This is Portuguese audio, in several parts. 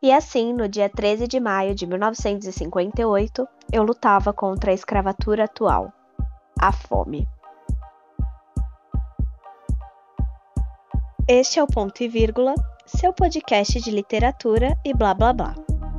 E assim, no dia 13 de maio de 1958, eu lutava contra a escravatura atual, a fome. Este é o Ponto e Vírgula, seu podcast de literatura e blá blá blá.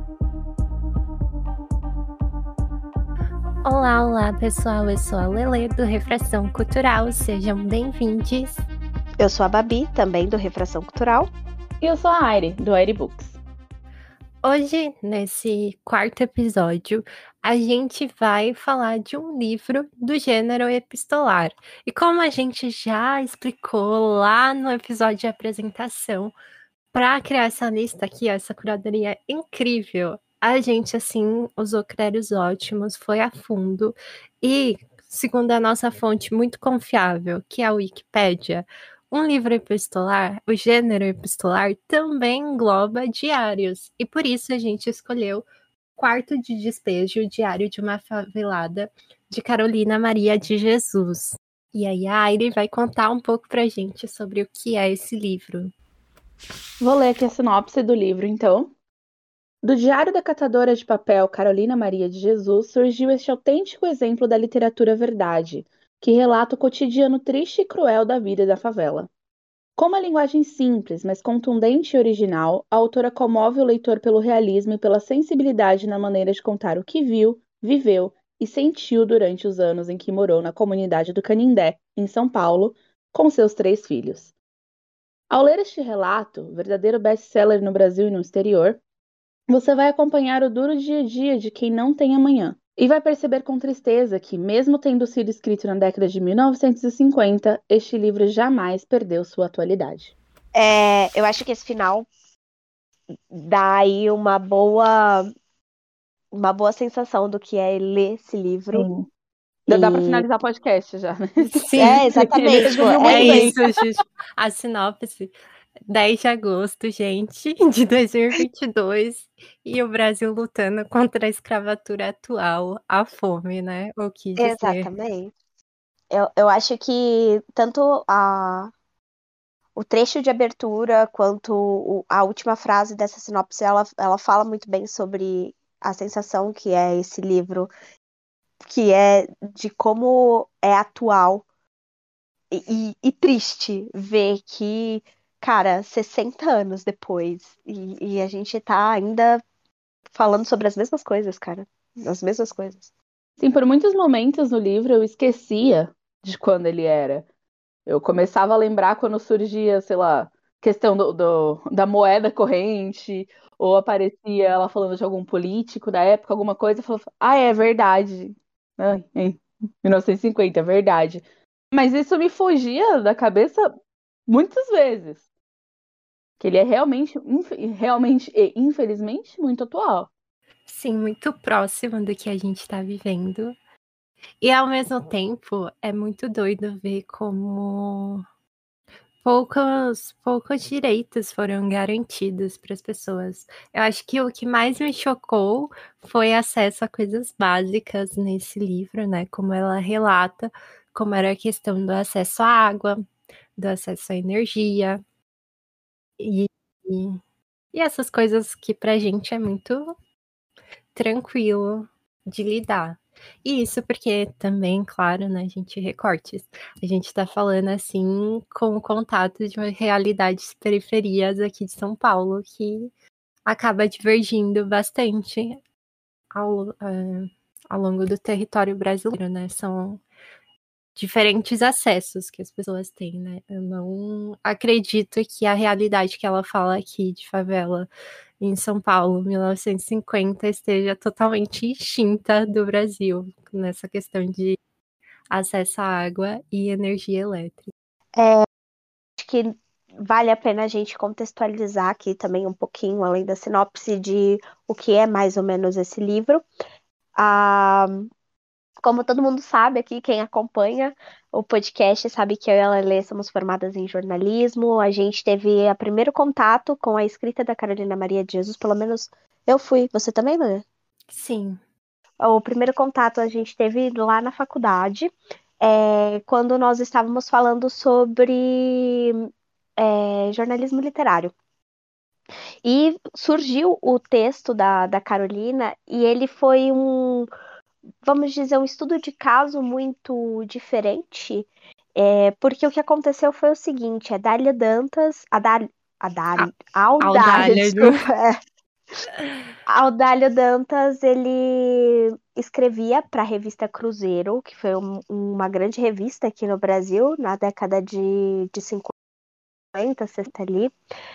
Olá, pessoal, eu sou a Lelê do Refração Cultural, sejam bem-vindos. Eu sou a Babi, também do Refração Cultural. E eu sou a Aire, do Aire Books. Hoje, nesse quarto episódio, a gente vai falar de um livro do gênero epistolar. E como a gente já explicou lá no episódio de apresentação, para criar essa lista aqui, essa curadoria incrível, a gente, assim, usou critérios ótimos, foi a fundo e, segundo a nossa fonte muito confiável, que é a Wikipédia, um livro epistolar, o gênero epistolar, também engloba diários. E por isso a gente escolheu Quarto de Despejo, Diário de uma Favelada, de Carolina Maria de Jesus. E aí a Aire vai contar um pouco pra gente sobre o que é esse livro. Vou ler aqui a sinopse do livro, então. Do Diário da Catadora de Papel Carolina Maria de Jesus surgiu este autêntico exemplo da literatura verdade, que relata o cotidiano triste e cruel da vida da favela. Com uma linguagem simples, mas contundente e original, a autora comove o leitor pelo realismo e pela sensibilidade na maneira de contar o que viu, viveu e sentiu durante os anos em que morou na comunidade do Canindé, em São Paulo, com seus 3 filhos. Ao ler este relato, verdadeiro best-seller no Brasil e no exterior, você vai acompanhar o duro dia a dia de quem não tem amanhã. E vai perceber com tristeza que, mesmo tendo sido escrito na década de 1950, este livro jamais perdeu sua atualidade. Eu acho que esse final dá aí uma boa sensação do que é ler esse livro. Sim. Dá pra finalizar o podcast já, né? Sim, exatamente. É isso, gente. A sinopse. 10 de agosto, gente, de 2022, e o Brasil lutando contra a escravatura atual, a fome, né? O que dizer. Exatamente. Eu acho que tanto o trecho de abertura quanto a última frase dessa sinopse, ela fala muito bem sobre a sensação que é esse livro, que é de como é atual e triste ver que, cara, 60 anos depois, e a gente tá ainda falando sobre as mesmas coisas, cara. As mesmas coisas. Sim, por muitos momentos no livro eu esquecia de quando ele era. Eu começava a lembrar quando surgia, sei lá, questão da moeda corrente, ou aparecia ela falando de algum político da época, alguma coisa, eu falava, é verdade. Em 1950, é verdade. Mas isso me fugia da cabeça muitas vezes. Que ele é realmente e infelizmente muito atual. Sim, muito próximo do que a gente está vivendo. E ao mesmo tempo, é muito doido ver como poucos direitos foram garantidos para as pessoas. Eu acho que o que mais me chocou foi acesso a coisas básicas nesse livro, né? Como ela relata como era a questão do acesso à água, do acesso à energia e essas coisas que pra gente é muito tranquilo de lidar. E isso porque também, claro, né, gente, recortes. A gente tá falando, assim, com o contato de realidades periferias aqui de São Paulo, que acaba divergindo bastante ao longo do território brasileiro, né? São diferentes acessos que as pessoas têm, né? Eu não acredito que a realidade que ela fala aqui de favela em São Paulo, 1950, esteja totalmente extinta do Brasil, nessa questão de acesso à água e energia elétrica. Acho que vale a pena a gente contextualizar aqui também um pouquinho, além da sinopse, de o que é mais ou menos esse livro. Como todo mundo sabe aqui, quem acompanha o podcast sabe que eu e a Lelê somos formadas em jornalismo. A gente teve o primeiro contato com a escrita da Carolina Maria de Jesus, pelo menos eu fui. Você também, Lelê? Sim. O primeiro contato a gente teve lá na faculdade, quando nós estávamos falando sobre jornalismo literário. E surgiu o texto da Carolina, e ele foi vamos dizer, um estudo de caso muito diferente, porque o que aconteceu foi o seguinte, a Dália Dantas, Audália, Audálio. desculpa, Audálio Dantas, ele escrevia para a revista Cruzeiro, que foi uma grande revista aqui no Brasil, na década de 50, 60 ali.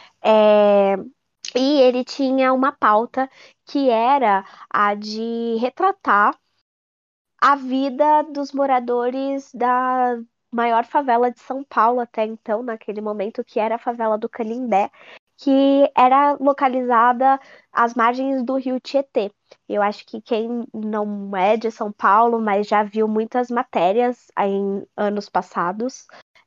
E ele tinha uma pauta que era a de retratar a vida dos moradores da maior favela de São Paulo até então, naquele momento, que era a favela do Canindé, que era localizada às margens do rio Tietê. Eu acho que quem não é de São Paulo, mas já viu muitas matérias em anos passados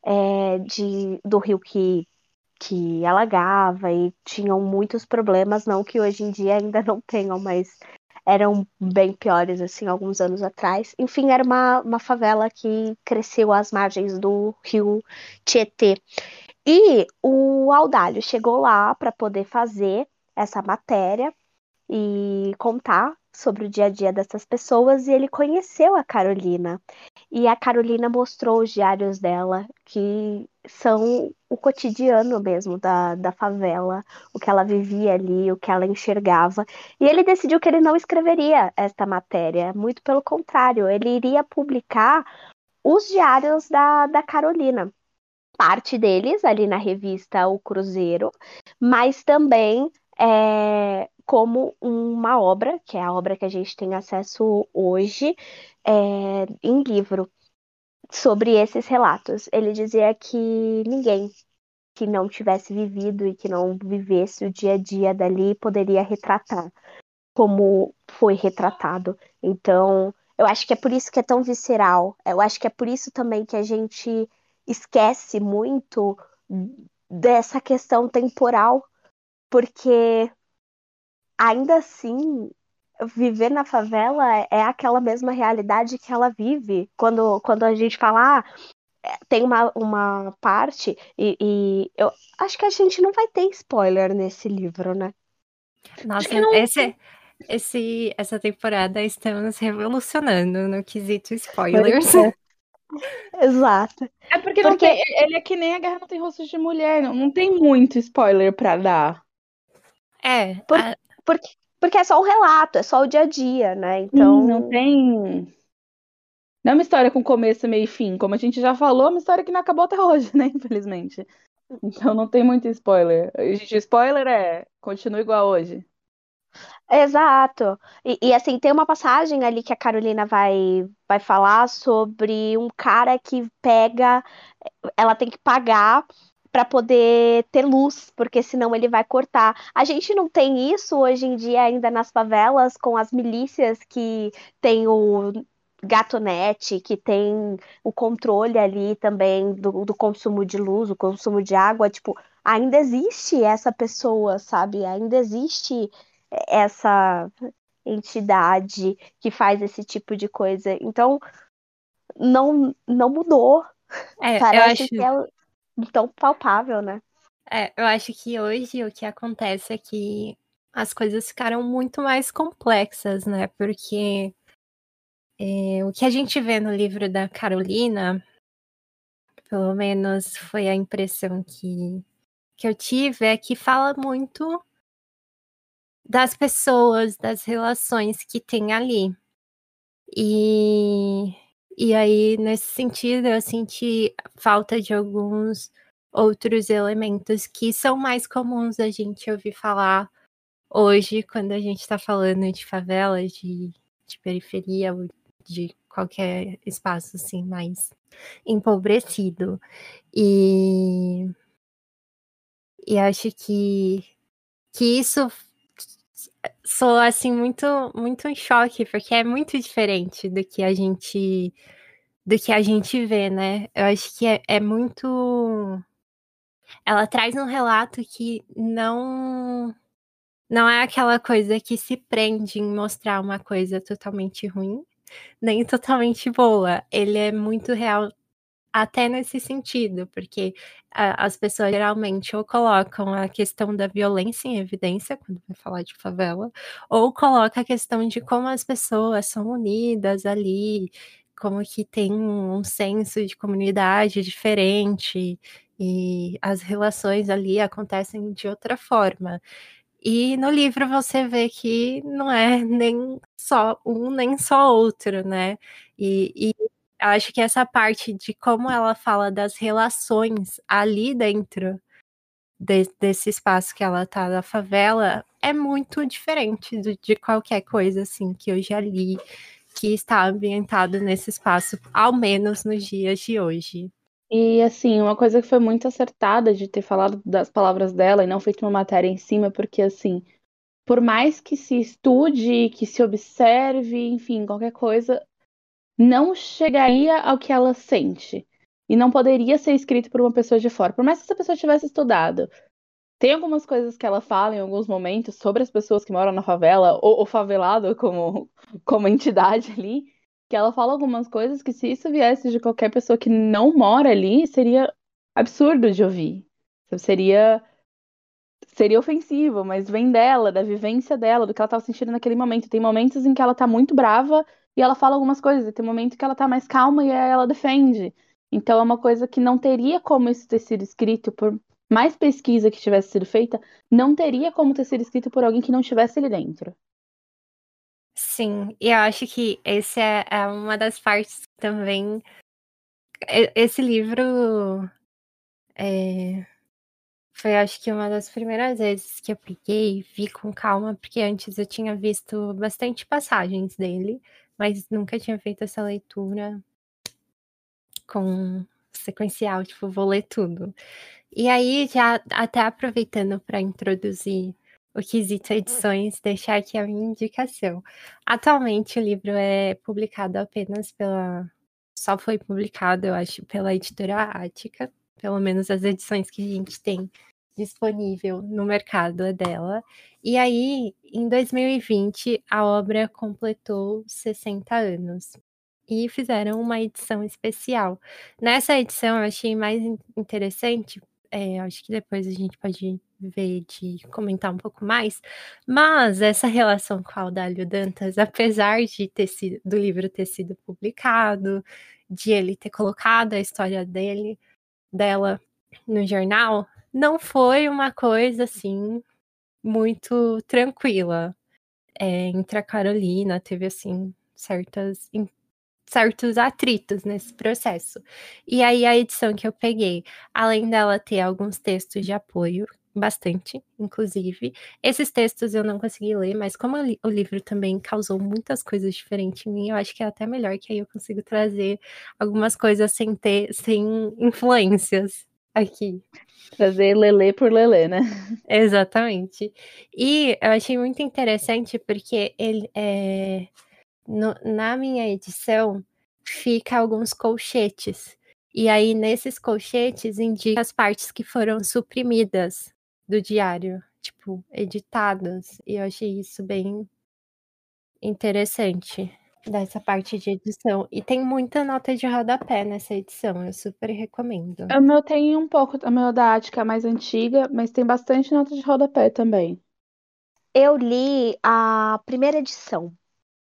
do rio que alagava e tinham muitos problemas, não que hoje em dia ainda não tenham, mas eram bem piores, assim, alguns anos atrás. Enfim, era uma favela que cresceu às margens do rio Tietê. E o Audálio chegou lá para poder fazer essa matéria e contar sobre o dia a dia dessas pessoas, e ele conheceu a Carolina. E a Carolina mostrou os diários dela, que são o cotidiano mesmo da favela, o que ela vivia ali, o que ela enxergava. E ele decidiu que ele não escreveria esta matéria, muito pelo contrário, ele iria publicar os diários da Carolina. Parte deles ali na revista O Cruzeiro, mas também como uma obra, que é a obra que a gente tem acesso hoje, em livro, sobre esses relatos. Ele dizia que ninguém que não tivesse vivido e que não vivesse o dia a dia dali poderia retratar como foi retratado. Então, eu acho que é por isso que é tão visceral. Eu acho que é por isso também que a gente esquece muito dessa questão temporal, porque ainda assim, viver na favela é aquela mesma realidade que ela vive. Quando a gente fala, tem uma parte, e eu acho que a gente não vai ter spoiler nesse livro, né? Nossa, não- essa temporada estamos revolucionando no quesito Pois spoilers. é. Exato. É porque não Porque, tem. Ele é que nem A Guerra Não Tem Rostos de Mulher. Não tem muito spoiler pra dar. É, por, porque é só um relato, é só o dia a dia, né? Sim, não Então, tem. Não é uma história com começo, meio e fim. Como a gente já falou, é uma história que não acabou até hoje, né? Infelizmente. Então não tem muito spoiler. Gente, spoiler continua igual hoje. exato. Assim, tem uma passagem ali que a Carolina vai falar sobre um cara que pega, ela tem que pagar para poder ter luz, porque senão ele vai cortar. A gente não tem isso hoje em dia ainda nas favelas, com as milícias que tem o gatonete, que tem o controle ali também do consumo de luz, o consumo de água, tipo, ainda existe essa pessoa, sabe? Ainda existe essa entidade que faz esse tipo de coisa. Então, não mudou. eu Parece acho, que é tão palpável, né? eu acho que hoje o que acontece é que as coisas ficaram muito mais complexas, né? Porque o que a gente vê no livro da Carolina, pelo menos foi a impressão que eu tive, é que fala muito das pessoas, das relações que tem ali. E aí, nesse sentido, eu senti falta de alguns outros elementos que são mais comuns a gente ouvir falar hoje, quando a gente está falando de favela, de periferia, ou de qualquer espaço assim mais empobrecido. E acho que isso sou assim muito em choque, porque é muito diferente do que a gente vê, né? Eu acho que é muito. Ela traz um relato que não é aquela coisa que se prende em mostrar uma coisa totalmente ruim, nem totalmente boa. Ele é muito real até nesse sentido, porque as pessoas geralmente ou colocam a questão da violência em evidência quando vai falar de favela, ou coloca a questão de como as pessoas são unidas ali, como que tem um senso de comunidade diferente e as relações ali acontecem de outra forma. E no livro você vê que não é nem só um, nem só outro, né? E acho que essa parte de como ela fala das relações ali dentro desse espaço que ela tá da favela é muito diferente de qualquer coisa assim que eu já li que está ambientado nesse espaço, ao menos nos dias de hoje. E assim, uma coisa que foi muito acertada de ter falado das palavras dela e não feito uma matéria em cima, porque assim, por mais que se estude, que se observe, enfim, qualquer coisa, não chegaria ao que ela sente. E não poderia ser escrito por uma pessoa de fora. Por mais que essa pessoa tivesse estudado. Tem algumas coisas que ela fala em alguns momentos sobre as pessoas que moram na favela, ou o favelado como entidade ali, que ela fala algumas coisas que, se isso viesse de qualquer pessoa que não mora ali, seria absurdo de ouvir. Seria ofensivo, mas vem dela, da vivência dela, do que ela estava sentindo naquele momento. Tem momentos em que ela tá muito brava e ela fala algumas coisas, e tem momentos que ela tá mais calma e aí ela defende. Então é uma coisa que não teria como isso ter sido escrito por mais pesquisa que tivesse sido feita, não teria como ter sido escrito por alguém que não estivesse ali dentro. Sim, e eu acho que esse é uma das partes também. Esse livro foi, acho que, uma das primeiras vezes que eu peguei e vi com calma, porque antes eu tinha visto bastante passagens dele, mas nunca tinha feito essa leitura com sequencial, tipo, vou ler tudo. E aí, já até aproveitando para introduzir o quesito edições, deixar aqui a minha indicação. Atualmente o livro é publicado apenas só foi publicado, eu acho, pela editora Ática, pelo menos as edições que a gente tem disponível no mercado é dela. E aí, em 2020, a obra completou 60 anos. E fizeram uma edição especial. Nessa edição eu achei mais interessante, acho que depois a gente pode ver de comentar um pouco mais, mas essa relação com a Audálio Dantas, apesar de do livro ter sido publicado, de ele ter colocado a história dela no jornal, não foi uma coisa assim muito tranquila. Entre a Carolina, teve assim certos atritos nesse processo. E aí a edição que eu peguei, além dela ter alguns textos de apoio, bastante, inclusive, esses textos eu não consegui ler, mas como o livro também causou muitas coisas diferentes em mim, eu acho que é até melhor que aí eu consigo trazer algumas coisas sem influências aqui. Trazer Lelê por Lelê, né? Exatamente. E eu achei muito interessante porque na minha edição fica alguns colchetes. E aí, nesses colchetes, indica as partes que foram suprimidas do diário, tipo, editadas. E eu achei isso bem interessante, dessa parte de edição. E tem muita nota de rodapé nessa edição, eu super recomendo. O meu tem um pouco, a meu da Ática é mais antiga, mas tem bastante nota de rodapé também. Eu li a primeira edição.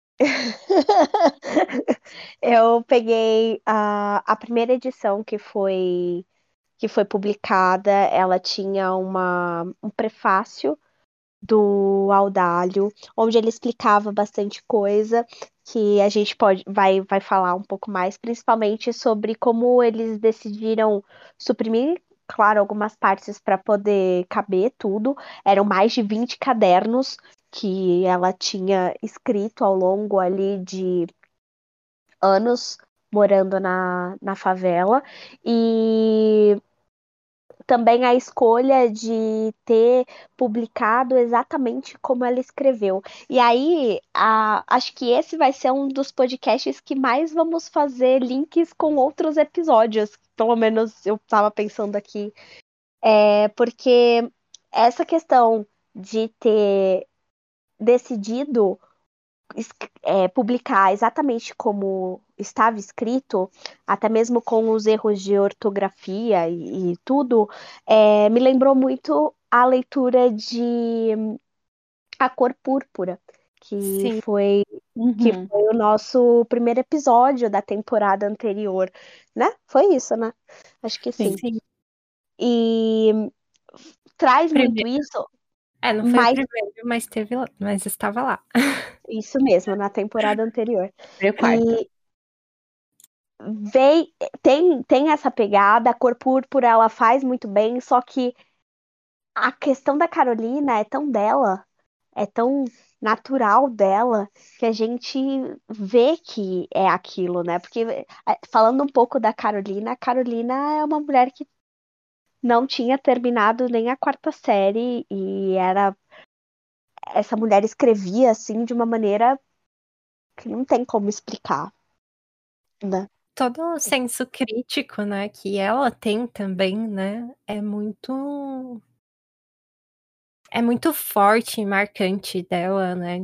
Eu peguei a primeira edição que foi publicada, ela tinha um prefácio do Audálio, onde ele explicava bastante coisa que a gente vai falar um pouco mais, principalmente sobre como eles decidiram suprimir, claro, algumas partes para poder caber tudo. Eram mais de 20 cadernos que ela tinha escrito ao longo ali de anos morando na favela. E também a escolha de ter publicado exatamente como ela escreveu. E aí, acho que esse vai ser um dos podcasts que mais vamos fazer links com outros episódios. Pelo menos eu estava pensando aqui. Porque essa questão de ter decidido publicar exatamente como estava escrito, até mesmo com os erros de ortografia e tudo, me lembrou muito a leitura de A Cor Púrpura, que Sim, foi que Uhum. foi o nosso primeiro episódio da temporada anterior, né? Foi isso, né? Acho que sim. Sim. sim. E traz muito Primeiro. isso, Não foi o mas primeiro, mas teve lá, mas estava lá. isso mesmo, na temporada anterior. Foi o quarto. E vem, tem essa pegada, a Cor Púrpura ela faz muito bem, só que a questão da Carolina é tão dela, é tão natural dela, que a gente vê que é aquilo, né? Porque falando um pouco da Carolina, a Carolina é uma mulher que não tinha terminado nem a quarta série e era essa mulher escrevia assim de uma maneira que não tem como explicar, né? Todo o senso crítico, né, que ela tem também, né, é muito forte e marcante dela, né,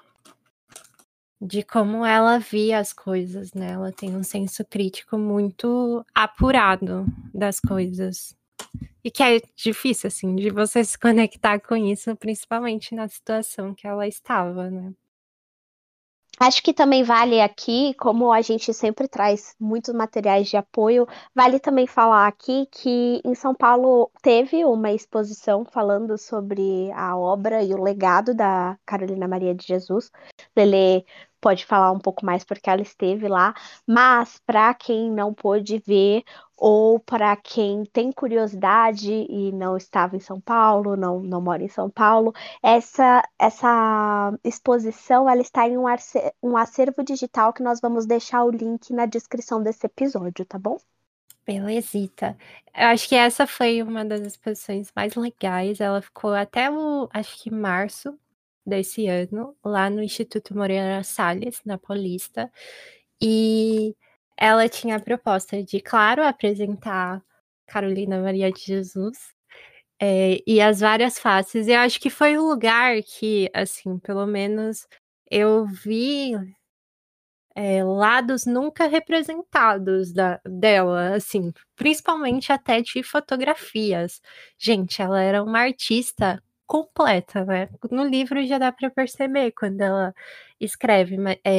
de como ela via as coisas, né? Ela tem um senso crítico muito apurado das coisas. E que é difícil, assim, de você se conectar com isso, principalmente na situação que ela estava, né? Acho que também vale aqui, como a gente sempre traz muitos materiais de apoio, vale também falar aqui que em São Paulo teve uma exposição falando sobre a obra e o legado da Carolina Maria de Jesus. Lelê pode falar um pouco mais porque ela esteve lá, mas para quem não pôde ver ou para quem tem curiosidade e não estava em São Paulo, não mora em São Paulo, essa exposição ela está em um acervo digital que nós vamos deixar o link na descrição desse episódio, tá bom? Belezita. Eu acho que essa foi uma das exposições mais legais. Ela ficou até acho que março desse ano, lá no Instituto Moreira Salles, na Paulista. E ela tinha a proposta de, claro, apresentar Carolina Maria de Jesus, e as várias faces. Eu acho que foi o lugar que, assim, pelo menos eu vi lados nunca representados dela, assim, principalmente até de fotografias. Gente, ela era uma artista completa, né? No livro já dá para perceber quando ela escreve,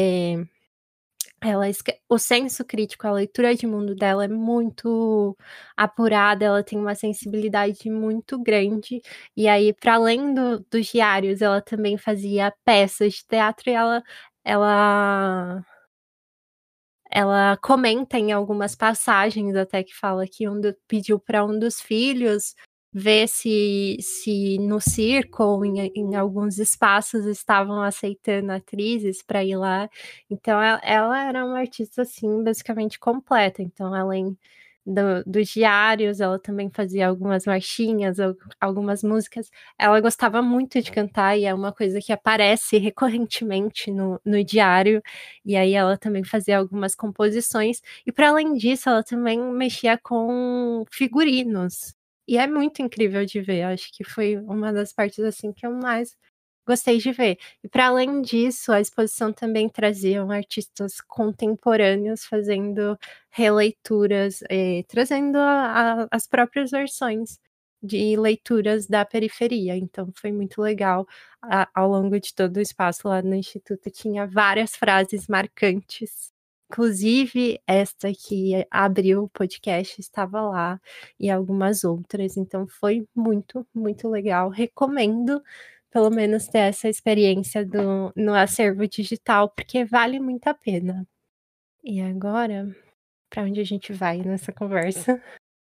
o senso crítico, a leitura de mundo dela é muito apurada, ela tem uma sensibilidade muito grande. E aí, para além dos diários, ela também fazia peças de teatro e ela ela comenta em algumas passagens até que fala que pediu para um dos filhos ver se no circo ou em alguns espaços estavam aceitando atrizes para ir lá. Então ela era uma artista assim basicamente completa. Então além dos diários, ela também fazia algumas marchinhas, algumas músicas. Ela gostava muito de cantar e é uma coisa que aparece recorrentemente no diário. E aí ela também fazia algumas composições. E para além disso, ela também mexia com figurinos. E é muito incrível de ver. Acho que foi uma das partes assim que eu mais gostei de ver. E para além disso, a exposição também trazia artistas contemporâneos fazendo releituras, trazendo as próprias versões de leituras da periferia. Então foi muito legal. Ao longo de todo o espaço lá no Instituto tinha várias frases marcantes. Inclusive, esta que abriu o podcast estava lá e algumas outras. Então foi muito, muito legal. Recomendo pelo menos ter essa experiência no acervo digital, porque vale muito a pena. E agora, para onde a gente vai nessa conversa?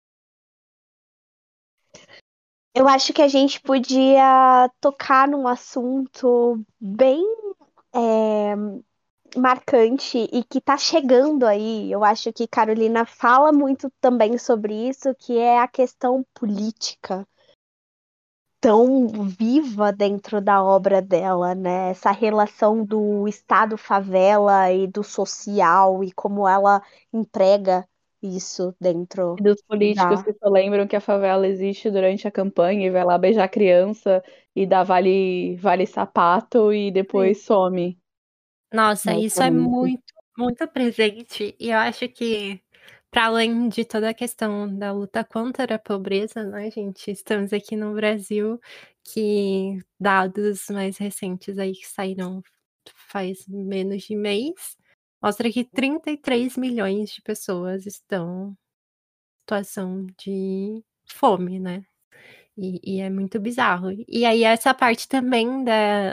Eu acho que a gente podia tocar num assunto bem é, marcante e que tá chegando aí. Eu acho que Carolina fala muito também sobre isso, que é a questão política tão viva dentro da obra dela, né? Essa relação do Estado-favela e do social e como ela emprega isso dentro E dos políticos da. que só lembram que a favela existe durante a campanha e vai lá beijar a criança e dá vale sapato e Sim. depois some, Nossa, isso é basicamente. muito, muito presente. E eu acho que, para além de toda a questão da luta contra a pobreza, né, gente? Estamos aqui no Brasil, que dados mais recentes aí que saíram faz menos de mês, mostra que 33 milhões de pessoas estão em situação de fome, né? E é muito bizarro. E aí, essa parte também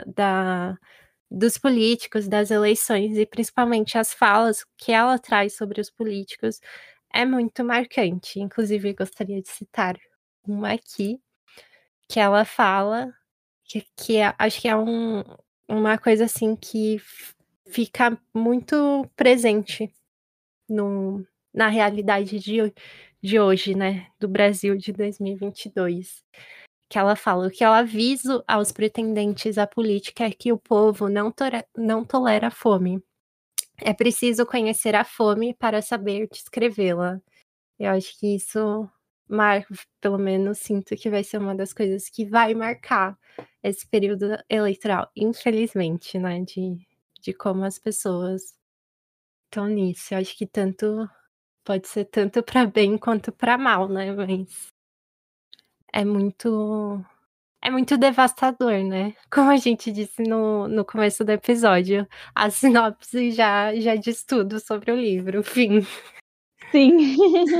dos políticos, das eleições, e principalmente as falas que ela traz sobre os políticos, é muito marcante. Inclusive, gostaria de citar uma aqui, que ela fala, acho que é uma coisa assim que fica muito presente no, na realidade de hoje, né? Do Brasil de 2022. Que ela fala: o que eu aviso aos pretendentes à política é que o povo não tolera a fome. É preciso conhecer a fome para saber descrevê-la. Eu acho que isso marca, pelo menos sinto que vai ser uma das coisas que vai marcar esse período eleitoral, infelizmente, né? De como as pessoas estão nisso. Eu acho que pode ser tanto para bem quanto para mal, né? Mas é muito devastador, né? Como a gente disse no começo do episódio, a sinopse já diz tudo sobre o livro, enfim. Sim.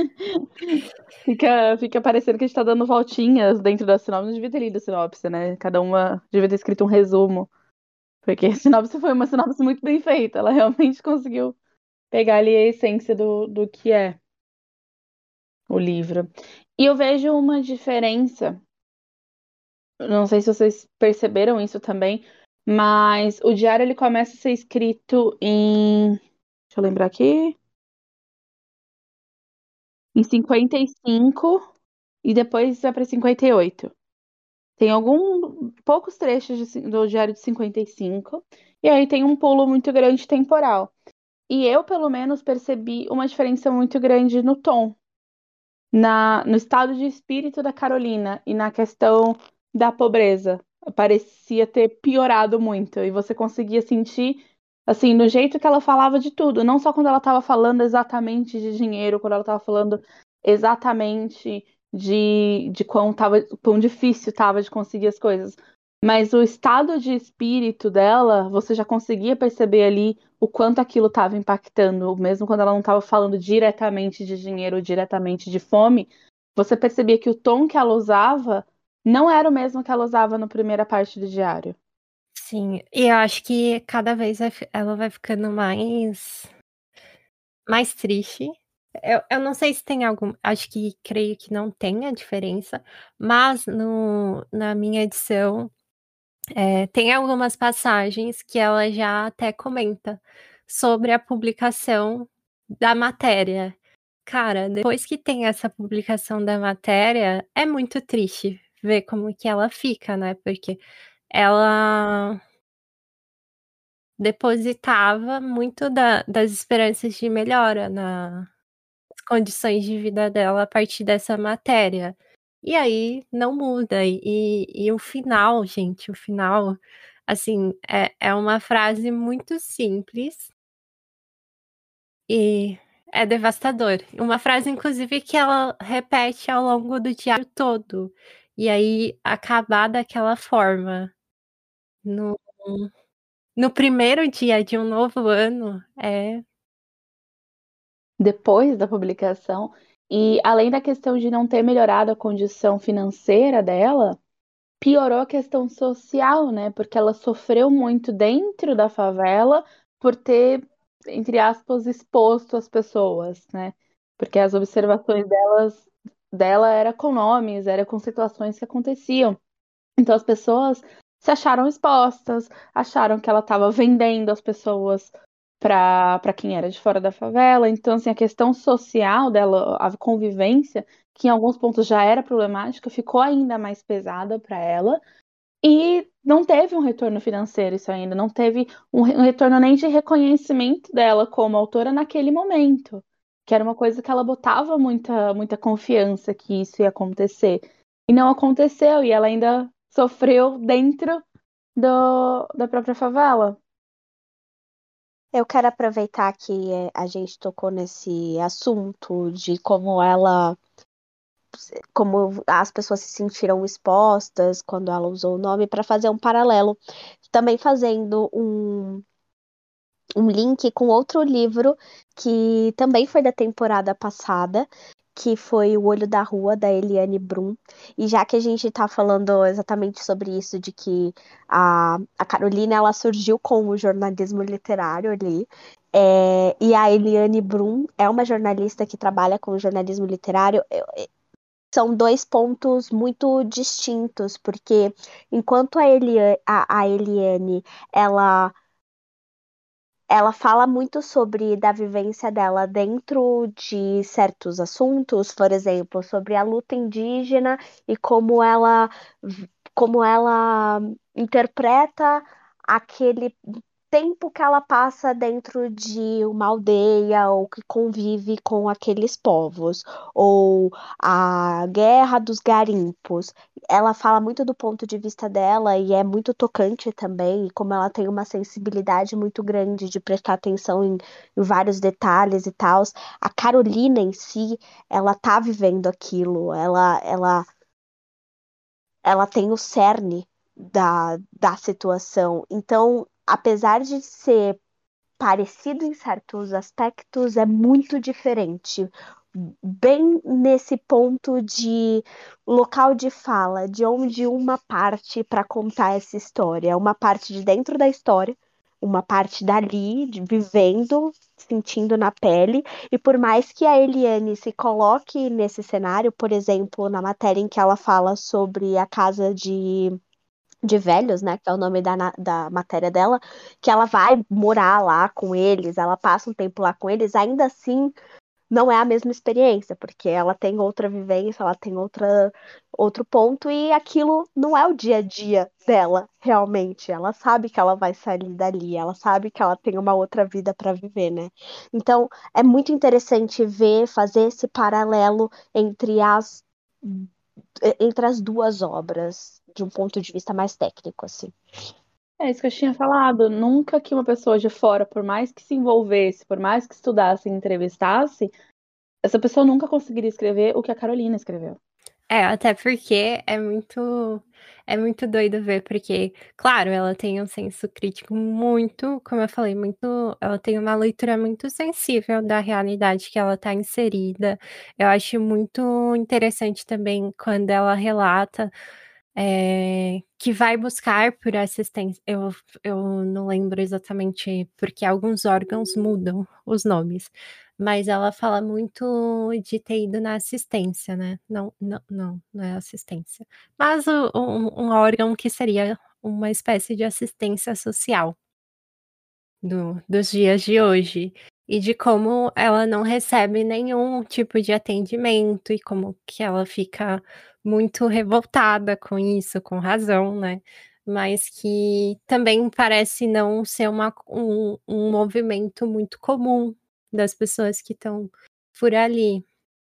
Fica parecendo que a gente tá dando voltinhas dentro da sinopse. Não devia ter lido a sinopse, né? Cada uma devia ter escrito um resumo. Porque a sinopse foi uma sinopse muito bem feita. Ela realmente conseguiu pegar ali a essência do que é o livro. E eu vejo uma diferença. Não sei se vocês perceberam isso também, mas o diário ele começa a ser escrito em. Deixa eu lembrar aqui. Em 55 e depois vai para 58. Tem poucos trechos do Diário de 55, e aí tem um pulo muito grande temporal. E eu, pelo menos, percebi uma diferença muito grande no tom, no estado de espírito da Carolina e na questão da pobreza. Parecia ter piorado muito, e você conseguia sentir, assim, no jeito que ela falava de tudo, não só quando ela estava falando exatamente de dinheiro, quando ela estava falando exatamente de quão difícil estava de conseguir as coisas. Mas o estado de espírito dela, você já conseguia perceber ali o quanto aquilo estava impactando, mesmo quando ela não estava falando diretamente de dinheiro, diretamente de fome, você percebia que o tom que ela usava não era o mesmo que ela usava na primeira parte do diário. Sim, e eu acho que cada vez ela vai ficando mais triste. Eu não sei se tem algum. Acho que creio que não tem a diferença, mas na minha edição tem algumas passagens que ela já até comenta sobre a publicação da matéria. Cara, depois que tem essa publicação da matéria, é muito triste ver como que ela fica, né? Porque ela depositava muito das esperanças de melhora nas condições de vida dela a partir dessa matéria. E aí não muda. E o final, gente, o final, assim, é uma frase muito simples e é devastador. Uma frase, inclusive, que ela repete ao longo do diário todo. E aí acabar daquela forma no, no primeiro dia de um novo ano é. Depois da publicação, e além da questão de não ter melhorado a condição financeira dela, piorou a questão social, né? Porque ela sofreu muito dentro da favela por ter, entre aspas, exposto as pessoas, né? Porque as observações dela era com nomes, era com situações que aconteciam. Então as pessoas se acharam expostas, acharam que ela estava vendendo as pessoas para quem era de fora da favela. Então, assim, a questão social dela, a convivência, que em alguns pontos já era problemática, ficou ainda mais pesada para ela. E não teve um retorno financeiro isso ainda, não teve um retorno nem de reconhecimento dela como autora naquele momento, que era uma coisa que ela botava muita confiança que isso ia acontecer. E não aconteceu, e ela ainda sofreu dentro da própria favela. Eu quero aproveitar que a gente tocou nesse assunto de como as pessoas se sentiram expostas quando ela usou o nome, para fazer um paralelo, também fazendo um link com outro livro que também foi da temporada passada, que foi O Olho da Rua, da Eliane Brum. E já que a gente está falando exatamente sobre isso, de que a Carolina ela surgiu com o jornalismo literário ali. E a Eliane Brum é uma jornalista que trabalha com jornalismo literário. São dois pontos muito distintos, porque enquanto a Eliane ela ela fala muito sobre da vivência dela dentro de certos assuntos, por exemplo, sobre a luta indígena e como ela interpreta aquele tempo que ela passa dentro de uma aldeia ou que convive com aqueles povos, ou a Guerra dos Garimpos. Ela fala muito do ponto de vista dela e é muito tocante também, e como ela tem uma sensibilidade muito grande de prestar atenção em vários detalhes e tal. A Carolina em si, ela tá vivendo aquilo, ela tem o cerne da situação. Então, apesar de ser parecido em certos aspectos, é muito diferente. Bem nesse ponto de local de fala, de onde uma parte para contar essa história, uma parte de dentro da história, uma parte dali, vivendo, sentindo na pele, e por mais que a Eliane se coloque nesse cenário, por exemplo, na matéria em que ela fala sobre a casa de velhos, né, que é o nome da matéria dela, que ela vai morar lá com eles, ela passa um tempo lá com eles, ainda assim não é a mesma experiência, porque ela tem outra vivência, ela tem outro ponto, e aquilo não é o dia a dia dela, realmente. Ela sabe que ela vai sair dali, ela sabe que ela tem uma outra vida para viver, né? Então, é muito interessante fazer esse paralelo entre as duas obras, de um ponto de vista mais técnico, assim. É isso que eu tinha falado. Nunca que uma pessoa de fora, por mais que se envolvesse, por mais que estudasse e entrevistasse, essa pessoa nunca conseguiria escrever o que a Carolina escreveu. Até porque é muito doido ver, porque, claro, ela tem um senso crítico muito, como eu falei, ela tem uma leitura muito sensível da realidade que ela está inserida. Eu acho muito interessante também quando ela relata que vai buscar por assistência. Eu não lembro exatamente porque alguns órgãos mudam os nomes, mas ela fala muito de ter ido na assistência, né? Não, não, não é assistência. Mas um órgão que seria uma espécie de assistência social dos dias de hoje. E de como ela não recebe nenhum tipo de atendimento e como que ela fica muito revoltada com isso, com razão, né? Mas que também parece não ser um movimento muito comum das pessoas que estão por ali.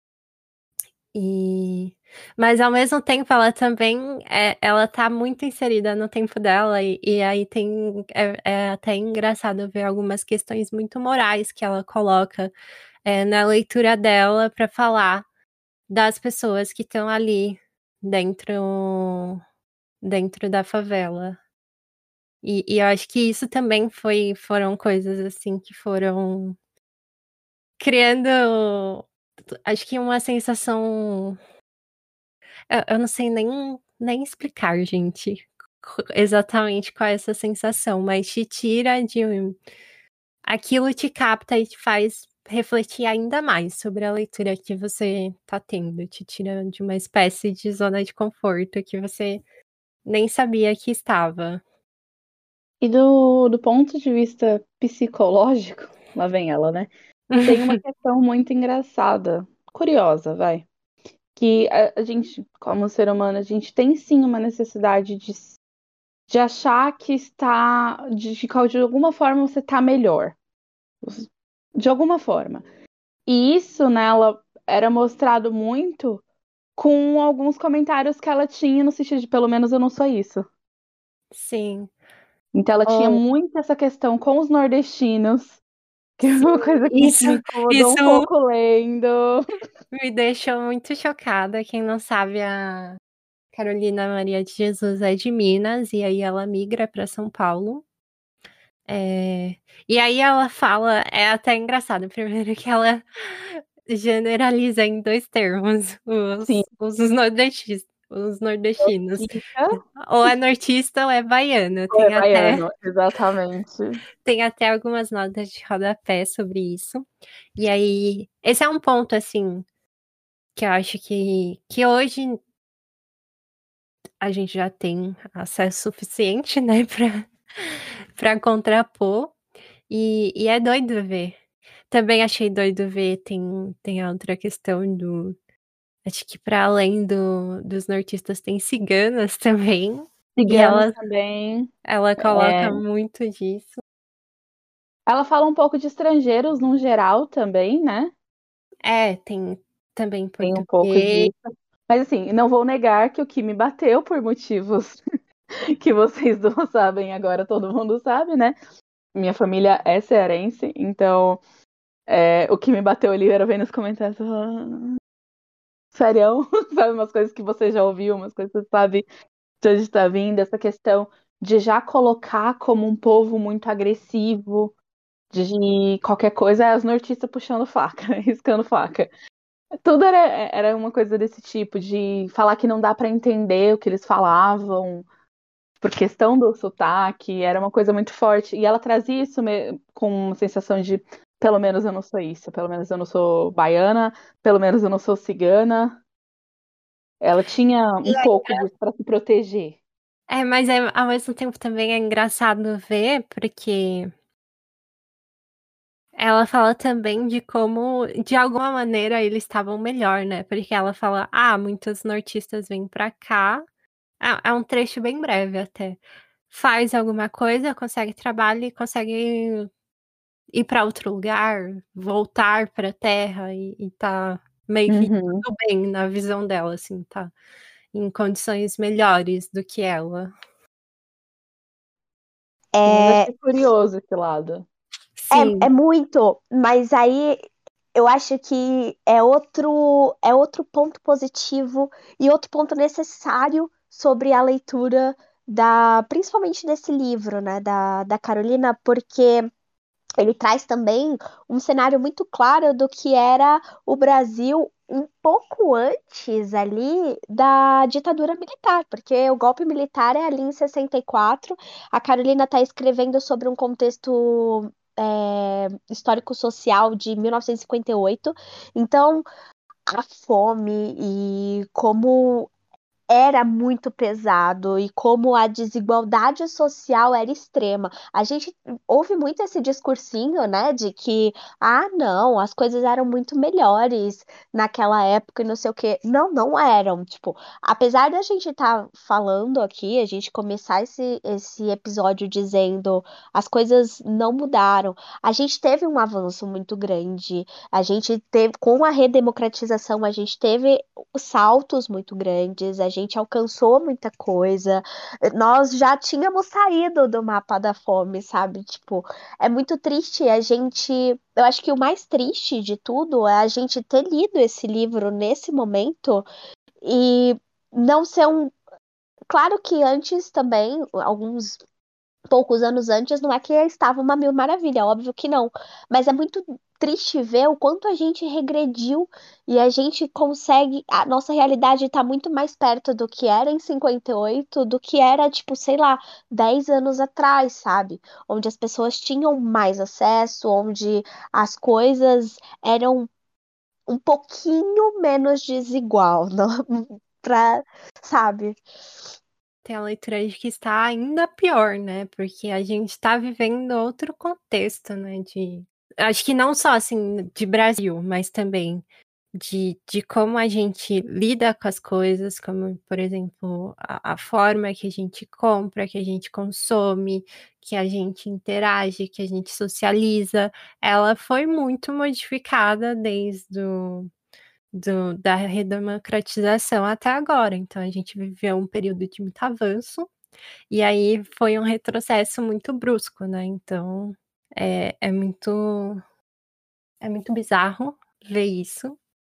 Mas ao mesmo tempo ela também ela tá muito inserida no tempo dela e aí é até engraçado ver algumas questões muito morais que ela coloca na leitura dela para falar das pessoas que estão ali dentro da favela. E eu acho que isso também foram coisas assim que foram criando, acho que uma sensação. Eu não sei nem explicar, gente, exatamente qual é essa sensação, mas te tira de aquilo te capta e te faz refletir ainda mais sobre a leitura que você tá tendo, te tira de uma espécie de zona de conforto que você nem sabia que estava. E do ponto de vista psicológico, lá vem ela, né? Tem uma questão muito engraçada, curiosa, vai. Que a gente, como ser humano, a gente tem sim uma necessidade de achar que está, de alguma forma você está melhor. De alguma forma. E isso nela era mostrado muito com alguns comentários que ela tinha no sentido de pelo menos eu não sou isso. Sim. Então ela tinha Oh, muito essa questão com os nordestinos, que é sim, uma coisa que isso, me incomodou um isso pouco lendo. me deixou muito chocada. Quem não sabe, a Carolina Maria de Jesus é de Minas, e aí ela migra para São Paulo. E aí ela fala, é até engraçado, primeiro que ela generaliza em 2 termos, Sim, os nordestinos. Os nordestinos. fica Ou é nortista ou é baiano. ou é baiano, exatamente. Tem até algumas notas de rodapé sobre isso. E aí, esse é um ponto, assim, que eu acho que hoje a gente já tem acesso suficiente, né, pra contrapor. E é doido ver. Também achei doido ver, tem a outra questão do. Acho que para além dos nortistas tem ciganas também. E Ciganos ela, também. ela coloca muito disso. Ela fala um pouco de estrangeiros no geral também, né? Tem também Tem um pouco português. disso. Mas assim, não vou negar que o que me bateu por motivos que vocês não sabem agora, todo mundo sabe, né? Minha família é cearense, então o que me bateu ali era ver nos comentários. Serião, sabe? Umas coisas que você já ouviu, umas coisas que você sabe de onde está vindo, essa questão de já colocar como um povo muito agressivo, de qualquer coisa, é as nortistas puxando faca, riscando faca. Tudo era uma coisa desse tipo, de falar que não dá para entender o que eles falavam, por questão do sotaque, era uma coisa muito forte. E ela trazia isso com uma sensação de pelo menos eu não sou isso, pelo menos eu não sou baiana, pelo menos eu não sou cigana. Ela tinha um pouco disso para se proteger. Mas ao mesmo tempo também é engraçado ver, porque ela fala também de como, de alguma maneira, eles estavam melhor, né? Porque ela fala, muitos nortistas vêm pra cá. É um trecho bem breve até. Faz alguma coisa, consegue trabalho e consegue ir pra outro lugar, voltar pra terra e tá meio que Uhum. tudo bem na visão dela, assim, tá em condições melhores do que ela. Mas É, achei curioso esse lado. é Sim, muito, mas aí eu acho que é outro ponto positivo e outro ponto necessário sobre a leitura principalmente desse livro, né, da Carolina, porque ele traz também um cenário muito claro do que era o Brasil um pouco antes ali da ditadura militar, porque o golpe militar é ali em 64. A Carolina está escrevendo sobre um contexto histórico-social de 1958. Então, a fome e como era muito pesado e como a desigualdade social era extrema. A gente ouve muito esse discursinho, né, de que, não, as coisas eram muito melhores naquela época e não sei o quê. Não, não eram. Tipo, apesar da gente estar falando aqui, a gente começar esse episódio dizendo as coisas não mudaram, a gente teve um avanço muito grande. A gente teve, com a redemocratização, a gente teve saltos muito grandes, a gente alcançou muita coisa. Nós já tínhamos saído do mapa da fome, sabe? Tipo, é muito triste a gente. Eu acho que o mais triste de tudo é a gente ter lido esse livro nesse momento e não ser um. Claro que antes também, alguns poucos anos antes, não é que estava uma mil maravilha, óbvio que não. Mas é muito triste ver o quanto a gente regrediu e a gente consegue. A nossa realidade está muito mais perto do que era em 58 do que era, tipo, sei lá, 10 anos atrás, sabe? Onde as pessoas tinham mais acesso, onde as coisas eram um pouquinho menos desigual, não? Pra, sabe? tem a leitura de que está ainda pior, né? Porque a gente está vivendo outro contexto, né? Acho que não só assim de Brasil, mas também de como a gente lida com as coisas, como, por exemplo, a forma que a gente compra, que a gente consome, que a gente interage, que a gente socializa, ela foi muito modificada desde da redemocratização até agora. Então, a gente viveu um período de muito avanço, E aí foi um retrocesso muito brusco, né? Então é muito bizarro ver isso.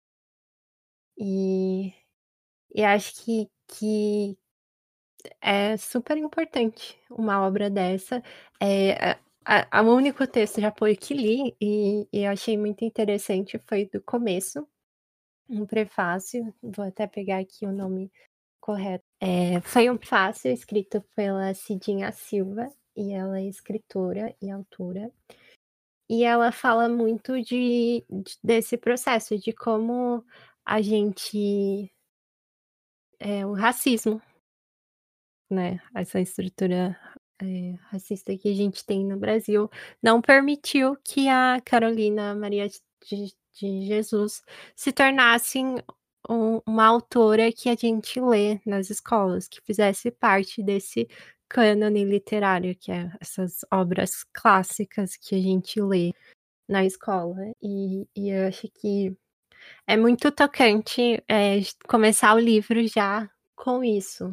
E acho que é super importante uma obra dessa. O único texto de apoio que li e eu achei muito interessante foi do começo, um prefácio. Vou até pegar aqui o nome correto. Foi um prefácio escrito pela Cidinha Silva, e ela é escritora e autora. E ela fala muito desse processo, de como a gente. O racismo, né? Essa estrutura racista que a gente tem no Brasil não permitiu que a Carolina Maria de Jesus se tornasse uma autora que a gente lê nas escolas, que fizesse parte desse cânone literário, que é essas obras clássicas que a gente lê na escola. E eu acho que é muito tocante começar o livro já com isso.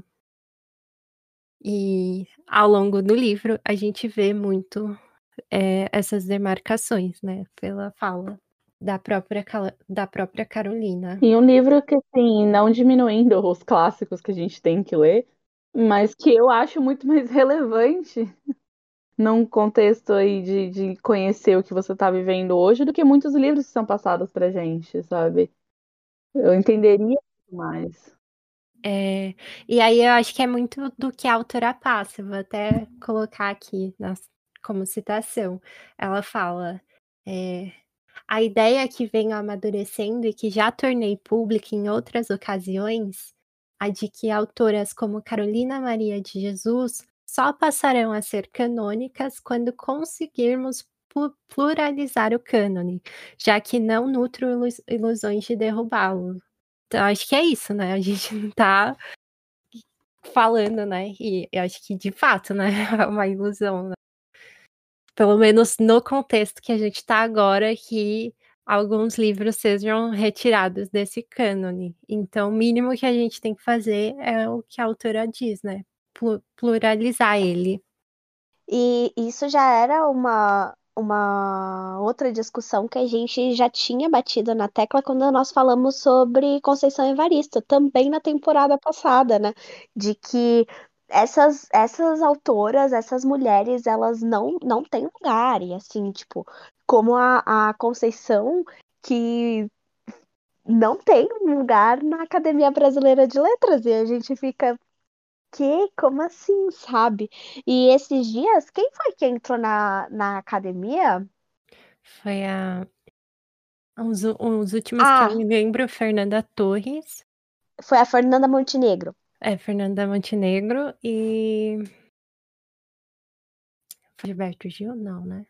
E ao longo do livro a gente vê muito essas demarcações, né? Pela fala da própria Carolina. E um livro que, assim, não diminuindo os clássicos que a gente tem que ler, mas que eu acho muito mais relevante num contexto aí de conhecer o que você está vivendo hoje do que muitos livros que são passados pra gente, sabe? Eu entenderia muito mais. E aí eu acho que é muito do que a autora passa. Vou até colocar aqui como citação. Ela fala: a ideia que venho amadurecendo e que já tornei pública em outras ocasiões, a de que autoras como Carolina Maria de Jesus só passarão a ser canônicas quando conseguirmos pluralizar o cânone, já que não nutro ilusões de derrubá-lo. Então, acho que é isso, né? A gente não tá falando, né? E eu acho que, de fato, né? É uma ilusão, né? Pelo menos no contexto que a gente está agora, que alguns livros sejam retirados desse cânone. Então, o mínimo que a gente tem que fazer é o que a autora diz, né? Pluralizar ele. E isso já era uma outra discussão que a gente já tinha batido na tecla quando nós falamos sobre Conceição Evaristo, também na temporada passada, né? De que essas autoras, essas mulheres, elas não têm lugar. E assim, tipo, como a Conceição, que não tem lugar na Academia Brasileira de Letras. E a gente fica, que? Como assim, sabe? E esses dias, quem foi que entrou na academia? Foi os últimos que eu Ah, me lembro, Fernanda Torres. foi a Fernanda Montenegro. Fernanda Montenegro e. Gilberto Gil? Não, né?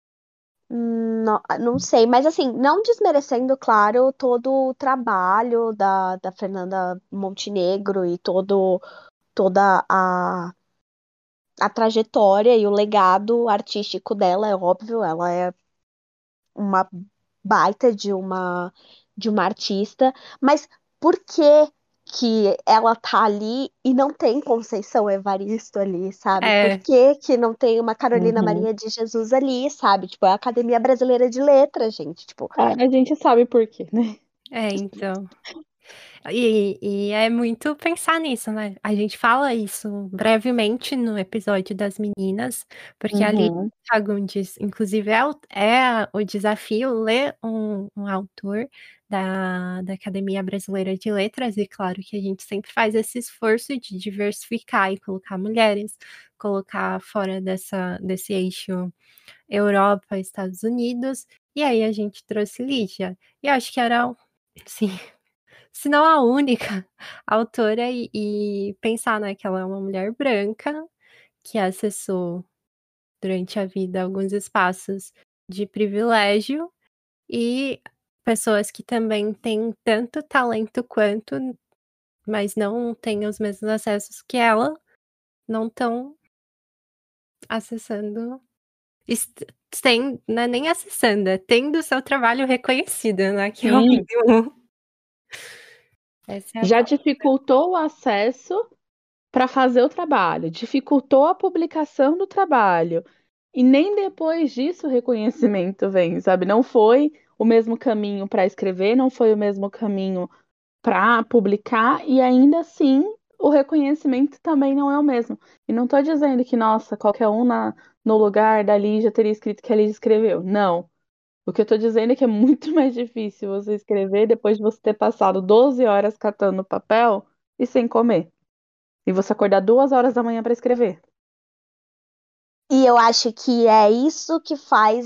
Não sei, mas assim, não desmerecendo, claro, todo o trabalho da Fernanda Montenegro e toda a trajetória e o legado artístico dela, é óbvio, ela é uma baita de uma artista, mas por que ela tá ali e não tem Conceição Evaristo ali, sabe? Por É, que não tem uma Carolina Uhum. Maria de Jesus ali, sabe? Tipo, é a Academia Brasileira de Letras, gente, tipo, A gente sabe por quê, né? então. E é muito pensar nisso, né? A gente fala isso brevemente no episódio das meninas, porque ali Uhum. Fagundes, inclusive, é o desafio ler um autor da Academia Brasileira de Letras, e claro que a gente sempre faz esse esforço de diversificar e colocar mulheres, colocar fora desse eixo Europa, Estados Unidos, e aí a gente trouxe Lígia. E eu acho que era, assim, se não a única autora, e pensar, né, que ela é uma mulher branca que acessou durante a vida alguns espaços de privilégio e pessoas que também têm tanto talento quanto, mas não têm os mesmos acessos que ela, não estão acessando, não é nem acessando, é tendo o seu trabalho reconhecido, né, que é o Sim. mínimo. Essa é a Já palavra. dificultou o acesso para fazer o trabalho, dificultou a publicação do trabalho, e nem depois disso o reconhecimento vem, sabe? Não foi o mesmo caminho para escrever, não foi o mesmo caminho para publicar, e ainda assim o reconhecimento também não é o mesmo. E não estou dizendo que, nossa, qualquer um no lugar da Lígia teria escrito que a Lígia escreveu. Não. O que eu estou dizendo é que é muito mais difícil você escrever depois de você ter passado 12 horas catando papel e sem comer. E você acordar 2 horas da manhã para escrever. E eu acho que é isso que faz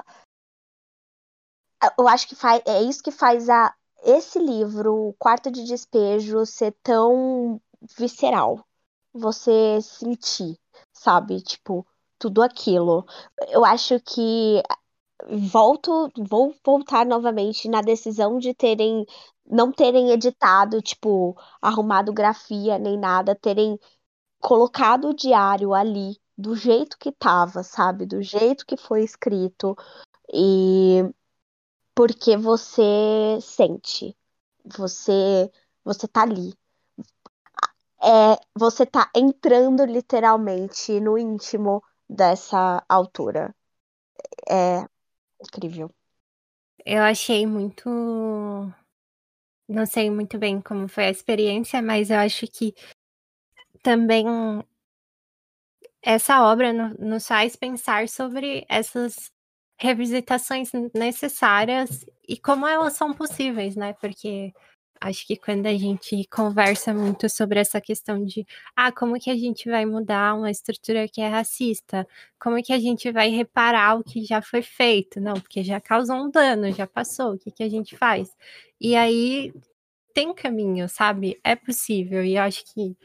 eu acho que é isso que faz esse livro, O Quarto de Despejo, ser tão visceral. Você sentir, sabe? Tipo, tudo aquilo. Eu acho que vou voltar novamente na decisão de não terem editado, tipo, arrumado grafia nem nada, terem colocado o diário ali do jeito que tava, sabe? Do jeito que foi escrito. E porque você sente, você você tá ali. Você tá entrando literalmente no íntimo dessa autora. É incrível. Eu achei muito. Não sei muito bem como foi a experiência, mas eu acho que também essa obra nos faz pensar sobre essas revisitações necessárias e como elas são possíveis, né? Porque acho que quando a gente conversa muito sobre essa questão de como que a gente vai mudar uma estrutura que é racista? Como que a gente vai reparar o que já foi feito? Não, porque já causou um dano, já passou, o que que a gente faz? E aí tem caminho, sabe? É possível, e eu acho que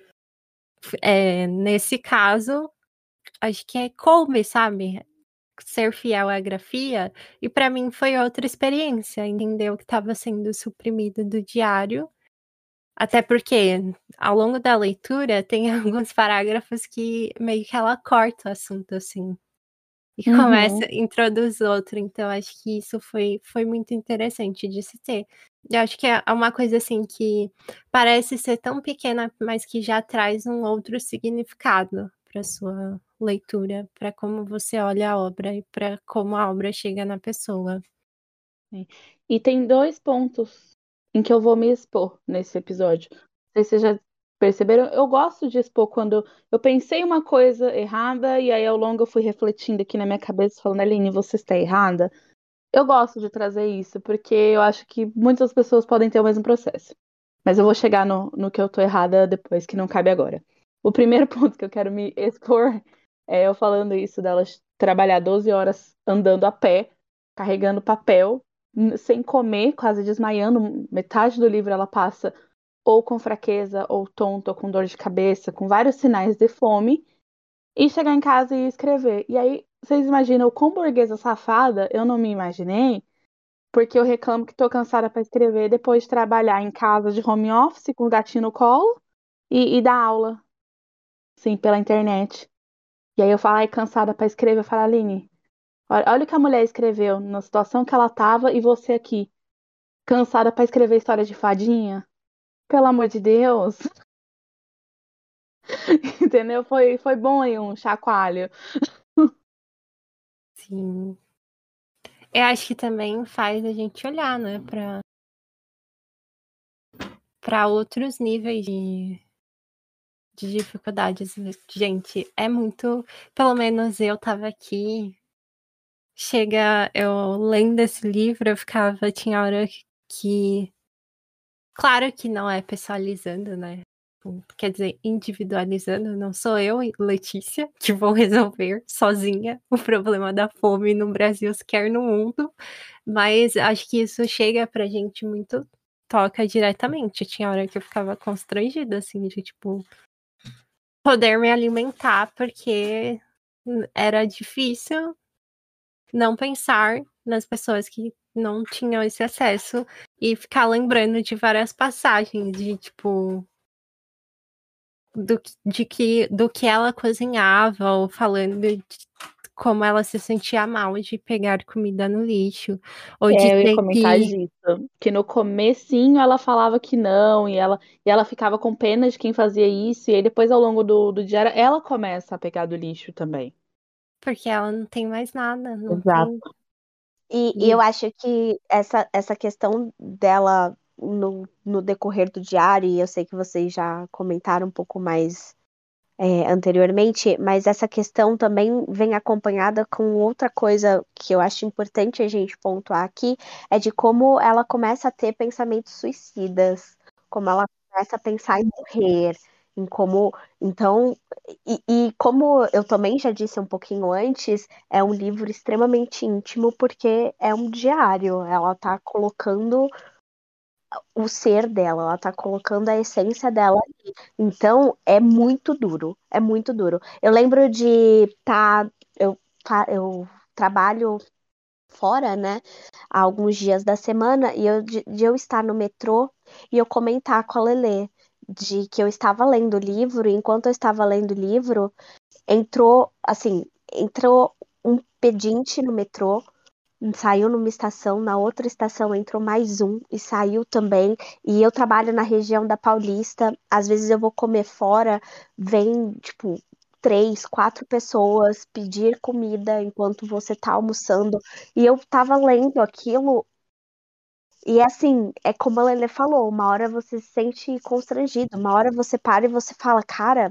nesse caso acho que coube, sabe? Ser fiel à grafia. E para mim foi outra experiência, entendeu? Que estava sendo suprimido do diário. Até porque, ao longo da leitura, tem alguns parágrafos que meio que ela corta o assunto, assim. E começa, introduz outro. Então, acho que isso foi muito interessante de se ter. Eu acho que é uma coisa, assim, que parece ser tão pequena, mas que já traz um outro significado para sua leitura, para como você olha a obra e para como a obra chega na pessoa. E tem 2 pontos em que eu vou me expor nesse episódio. Não sei se vocês já perceberam, eu gosto de expor quando eu pensei uma coisa errada e aí ao longo eu fui refletindo aqui na minha cabeça, falando, Aline, você está errada. Eu gosto de trazer isso, porque eu acho que muitas pessoas podem ter o mesmo processo. Mas eu vou chegar no que eu tô errada depois, que não cabe agora. O primeiro ponto que eu quero me expor é eu falando isso delas trabalhar 12 horas andando a pé, carregando papel, sem comer, quase desmaiando. Metade do livro ela passa ou com fraqueza, ou tonta, ou com dor de cabeça, com vários sinais de fome, e chegar em casa e escrever. E aí, vocês imaginam o quão burguesa safada eu não me imaginei, porque eu reclamo que tô cansada para escrever depois de trabalhar em casa de home office com o gatinho no colo e dar aula, sim, pela internet. E aí eu falo, ai, cansada para escrever, eu falo, Aline, olha o que a mulher escreveu na situação que ela tava e você aqui, cansada para escrever história de fadinha. Pelo amor de Deus. Entendeu? Foi bom aí um chacoalho. Sim. Eu acho que também faz a gente olhar, né, para outros níveis de dificuldades. Gente, é muito. Pelo menos eu tava aqui. Eu lendo esse livro, eu ficava. Tinha hora que. Claro que não é pessoalizando, né? Quer dizer, individualizando, não sou eu, Letícia, que vou resolver sozinha o problema da fome no Brasil, sequer no mundo, mas acho que isso chega pra gente muito, toca diretamente. Tinha hora que eu ficava constrangida, assim, de tipo, poder me alimentar, porque era difícil não pensar nas pessoas que não tinham esse acesso e ficar lembrando de várias passagens, de tipo. Do que ela cozinhava, ou falando de como ela se sentia mal de pegar comida no lixo, ou de Eu ia ter comentar que. disso. Que no comecinho ela falava que não, e ela ficava com pena de quem fazia isso, e aí depois ao longo do dia ela começa a pegar do lixo também. Porque ela não tem mais nada, não tem. Exato. E eu E acho que essa questão dela no decorrer do diário, e eu sei que vocês já comentaram um pouco mais anteriormente, mas essa questão também vem acompanhada com outra coisa que eu acho importante a gente pontuar aqui, é de como ela começa a ter pensamentos suicidas, como ela começa a pensar em morrer, em como. Então, e como eu também já disse um pouquinho antes, é um livro extremamente íntimo, porque é um diário, ela tá colocando o ser dela, ela tá colocando a essência dela ali. Então, é muito duro, é muito duro. Eu lembro de eu trabalho fora, né, há alguns dias da semana, e de eu estar no metrô e eu comentar com a Lelê de que eu estava lendo o livro, e enquanto eu estava lendo o livro, entrou um pedinte no metrô, saiu numa estação, na outra estação entrou mais um e saiu também. E eu trabalho na região da Paulista, às vezes eu vou comer fora, vem, tipo, 3, 4 pessoas pedir comida enquanto você tá almoçando. E eu tava lendo aquilo, e assim, é como a Lelê falou, uma hora você se sente constrangido, uma hora você para e você fala,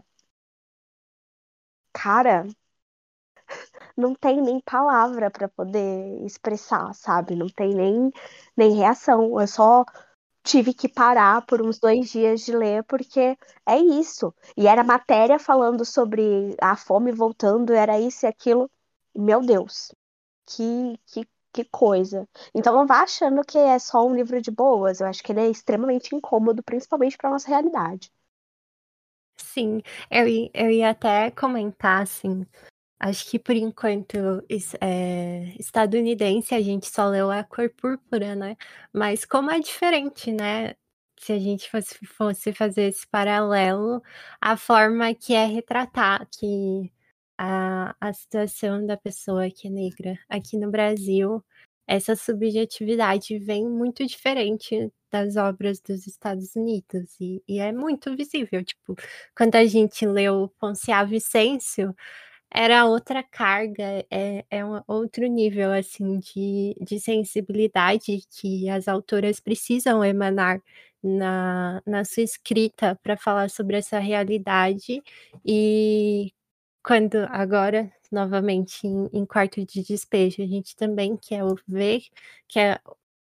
cara, não tem nem palavra para poder expressar, sabe? Não tem nem reação. Eu só tive que parar por uns 2 dias de ler, porque é isso. E era matéria falando sobre a fome voltando, era isso e aquilo. Meu Deus, que coisa. Então não vá achando que é só um livro de boas. Eu acho que ele é extremamente incômodo, principalmente para nossa realidade. sim, eu ia até comentar, assim, acho que por enquanto estadunidense a gente só leu A Cor Púrpura, né? Mas como é diferente, né? Se a gente fosse fazer esse paralelo, a forma que é retratar que a situação da pessoa que é negra aqui no Brasil, essa subjetividade vem muito diferente das obras dos Estados Unidos e é muito visível, tipo, quando a gente leu Ponciá Vicêncio, era outra carga, é um outro nível, assim, de sensibilidade que as autoras precisam emanar na sua escrita para falar sobre essa realidade. E quando agora, novamente, em Quarto de Despejo, a gente também quer ver que é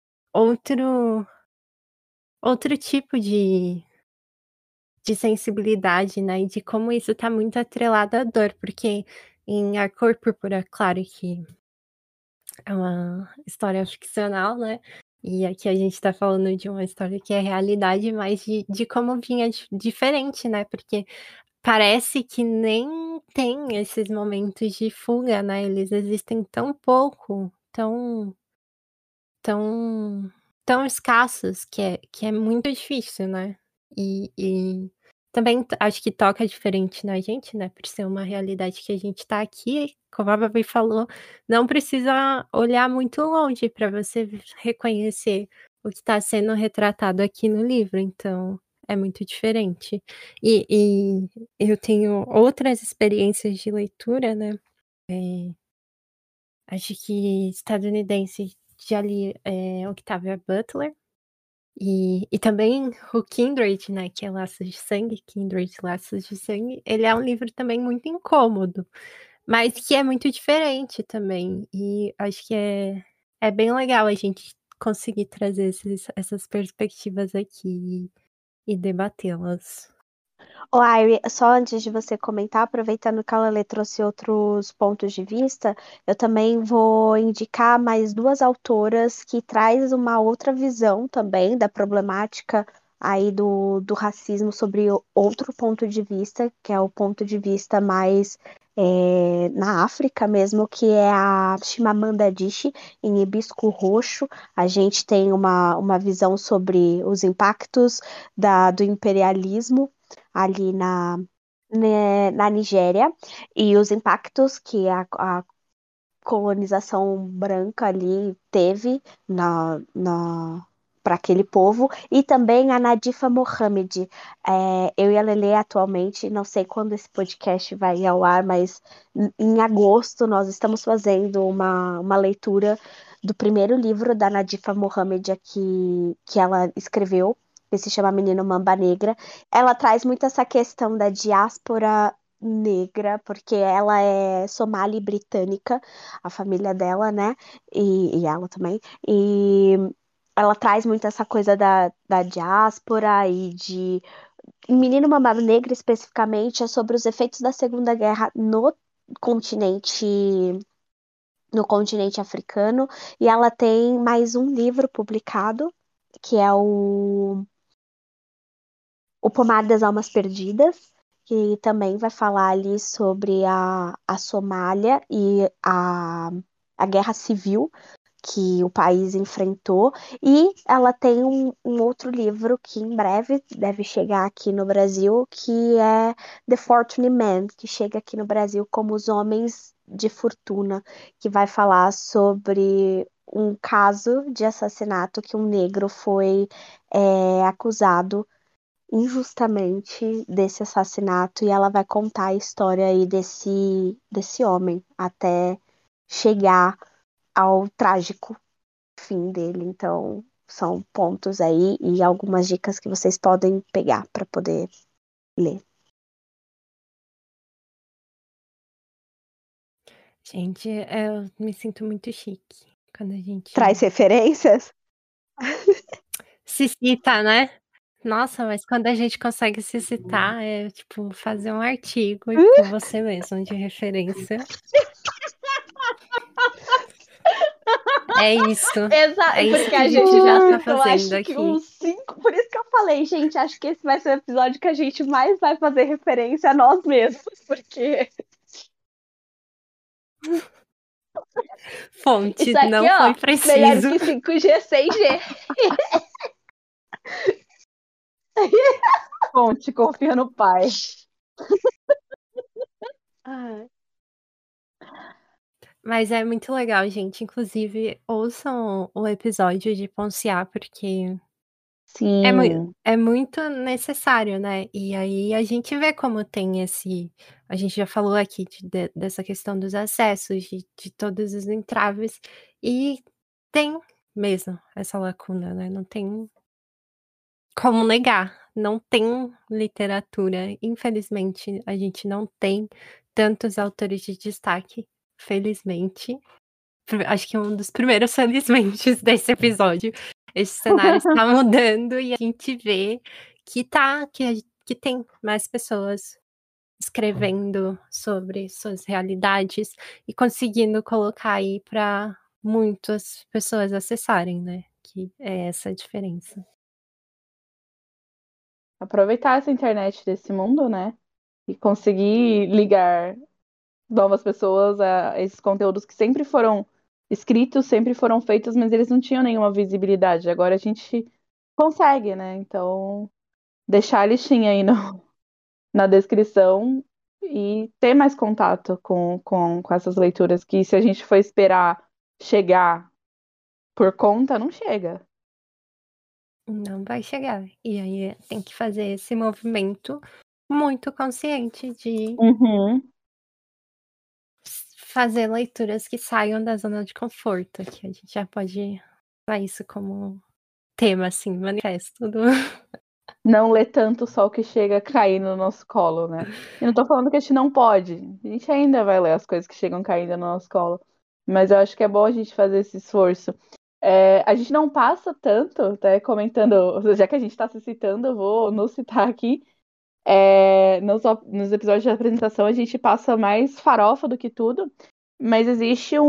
outro tipo de sensibilidade, né? E de como isso tá muito atrelado à dor, porque em A Cor Púrpura, claro que é uma história ficcional, né? E aqui a gente tá falando de uma história que é realidade, mas de como vinha diferente, né? Porque parece que nem tem esses momentos de fuga, né? Eles existem tão pouco, tão, tão escassos que é muito difícil, né? E também acho que toca diferente na gente, né? Por ser uma realidade que a gente tá aqui, como a Babi falou, não precisa olhar muito longe para você reconhecer o que está sendo retratado aqui no livro, então é muito diferente. E eu tenho outras experiências de leitura, né? É, acho que estadunidense já li Octavia Butler e também o Kindred, né, que é Laços de Sangue, Kindred Laços de Sangue, ele é um livro também muito incômodo, mas que é muito diferente também, e acho que é bem legal a gente conseguir trazer essas perspectivas aqui e debatê-las. Ô, Aire, só antes de você comentar, aproveitando que a Lelê trouxe outros pontos de vista, eu também vou indicar mais duas autoras que traz uma outra visão também da problemática aí do racismo sobre outro ponto de vista, que é o ponto de vista mais na África mesmo, que é a Chimamanda Adichie, em Hibisco Roxo. A gente tem uma visão sobre os impactos do imperialismo ali na Nigéria e os impactos que colonização branca ali teve para aquele povo, e também a Nadifa Mohamed. Eu e a Lele atualmente, não sei quando esse podcast vai ao ar, mas em agosto nós estamos fazendo uma leitura do primeiro livro da Nadifa Mohamed aqui, que ela escreveu, que se chama Menino Mamba Negra. Ela traz muito essa questão da diáspora negra, porque ela é somali britânica, a família dela, né? E ela também. E ela traz muito essa coisa da diáspora e de. Menino Mamba Negra, especificamente, é sobre os efeitos da Segunda Guerra continente. No continente africano, e ela tem mais um livro publicado, que é o Pomar das Almas Perdidas, que também vai falar ali sobre a Somália e a guerra civil que o país enfrentou. E ela tem um outro livro que em breve deve chegar aqui no Brasil, que é The Fortune Man, que chega aqui no Brasil como Os Homens de Fortuna, que vai falar sobre um caso de assassinato que um negro foi acusado injustamente desse assassinato, e ela vai contar a história aí desse homem até chegar ao trágico fim dele. Então, são pontos aí e algumas dicas que vocês podem pegar para poder ler. Gente, eu me sinto muito chique quando a gente Traz referências? se cita, né? Nossa, mas quando a gente consegue se citar, é tipo fazer um artigo e por você mesmo de referência. É isso. Exato, É isso porque que a a gente gente já tá citou, fazendo acho que aqui. uns 5. Por isso que eu falei, gente, acho que esse vai ser o episódio que a gente mais vai fazer referência a nós mesmos, porque Fonte, isso aqui, não foi ó, melhor preciso. que 5G, 6G. Fonte, confia no pai. Mas é muito legal, gente. Inclusive, ouçam o episódio de Ponciá, porque Sim. é muito necessário, né? E aí a gente vê como tem esse. A gente já falou aqui dessa questão dos acessos, de todos os entraves, e tem mesmo essa lacuna, né? Não tem como negar. Não tem literatura. Infelizmente, a gente não tem tantos autores de destaque, felizmente. Acho que um dos primeiros felizmente desse episódio. Esse cenário está mudando e a gente vê que tem mais pessoas escrevendo sobre suas realidades e conseguindo colocar aí para muitas pessoas acessarem, né? Que é essa a diferença. Aproveitar essa internet desse mundo, né? E conseguir ligar novas pessoas a esses conteúdos que sempre foram escritos, sempre foram feitos, mas eles não tinham nenhuma visibilidade. Agora a gente consegue, né? Então, deixar a listinha aí no, na descrição e ter mais contato com essas leituras, que se a gente for esperar chegar por conta, não chega. Não vai chegar. E aí tem que fazer esse movimento muito consciente de Uhum. fazer leituras que saiam da zona de conforto, que a gente já pode usar isso como tema, assim, manifesto do... Não ler tanto só o que chega a cair no nosso colo, né? E não tô falando que a gente não pode. A gente ainda vai ler as coisas que chegam caindo no nosso colo. Mas eu acho que é bom a gente fazer esse esforço. A gente não passa tanto, até comentando, já que a gente está se citando, eu vou nos citar aqui. Nos episódios de apresentação a gente passa mais farofa do que tudo, mas existe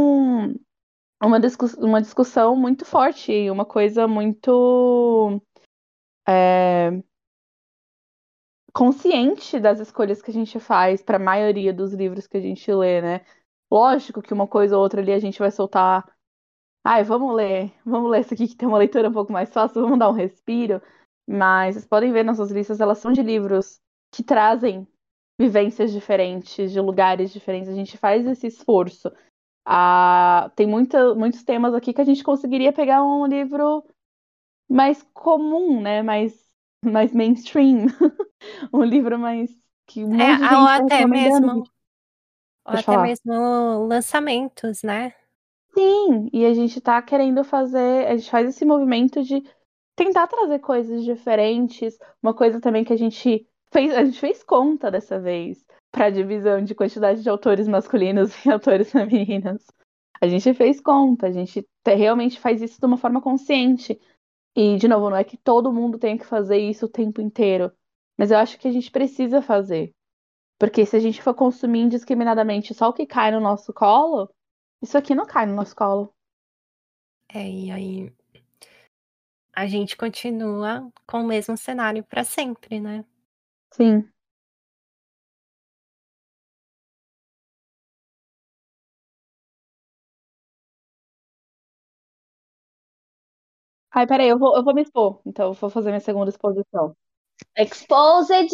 uma discussão muito forte, uma coisa muito consciente das escolhas que a gente faz para a maioria dos livros que a gente lê, né? Lógico que uma coisa ou outra ali a gente vai soltar. Ai, vamos ler isso aqui que tem uma leitura um pouco mais fácil, vamos dar um respiro. Mas vocês podem ver nossas listas, elas são de livros que trazem vivências diferentes, de lugares diferentes. A gente faz esse esforço. Tem muitos temas aqui que a gente conseguiria pegar um livro mais comum, né? Mais mainstream. Um livro mais que um monte de ou gente tá até recomendando. mesmo, Pode falar. lançamentos, né? Sim, e a gente tá querendo fazer, a gente faz esse movimento de tentar trazer coisas diferentes. Uma coisa também que a gente fez conta dessa vez para divisão de quantidade de autores masculinos e autores femininos. A gente fez conta, a gente realmente faz isso de uma forma consciente. E, de novo, não é que todo mundo tenha que fazer isso o tempo inteiro, mas eu acho que a gente precisa fazer. Porque se a gente for consumir indiscriminadamente só o que cai no nosso colo, isso aqui não cai no nosso colo. E aí a gente continua com o mesmo cenário para sempre, né? Sim. Ai, peraí, eu vou me expor. Então, eu vou fazer minha segunda exposição. Exposed,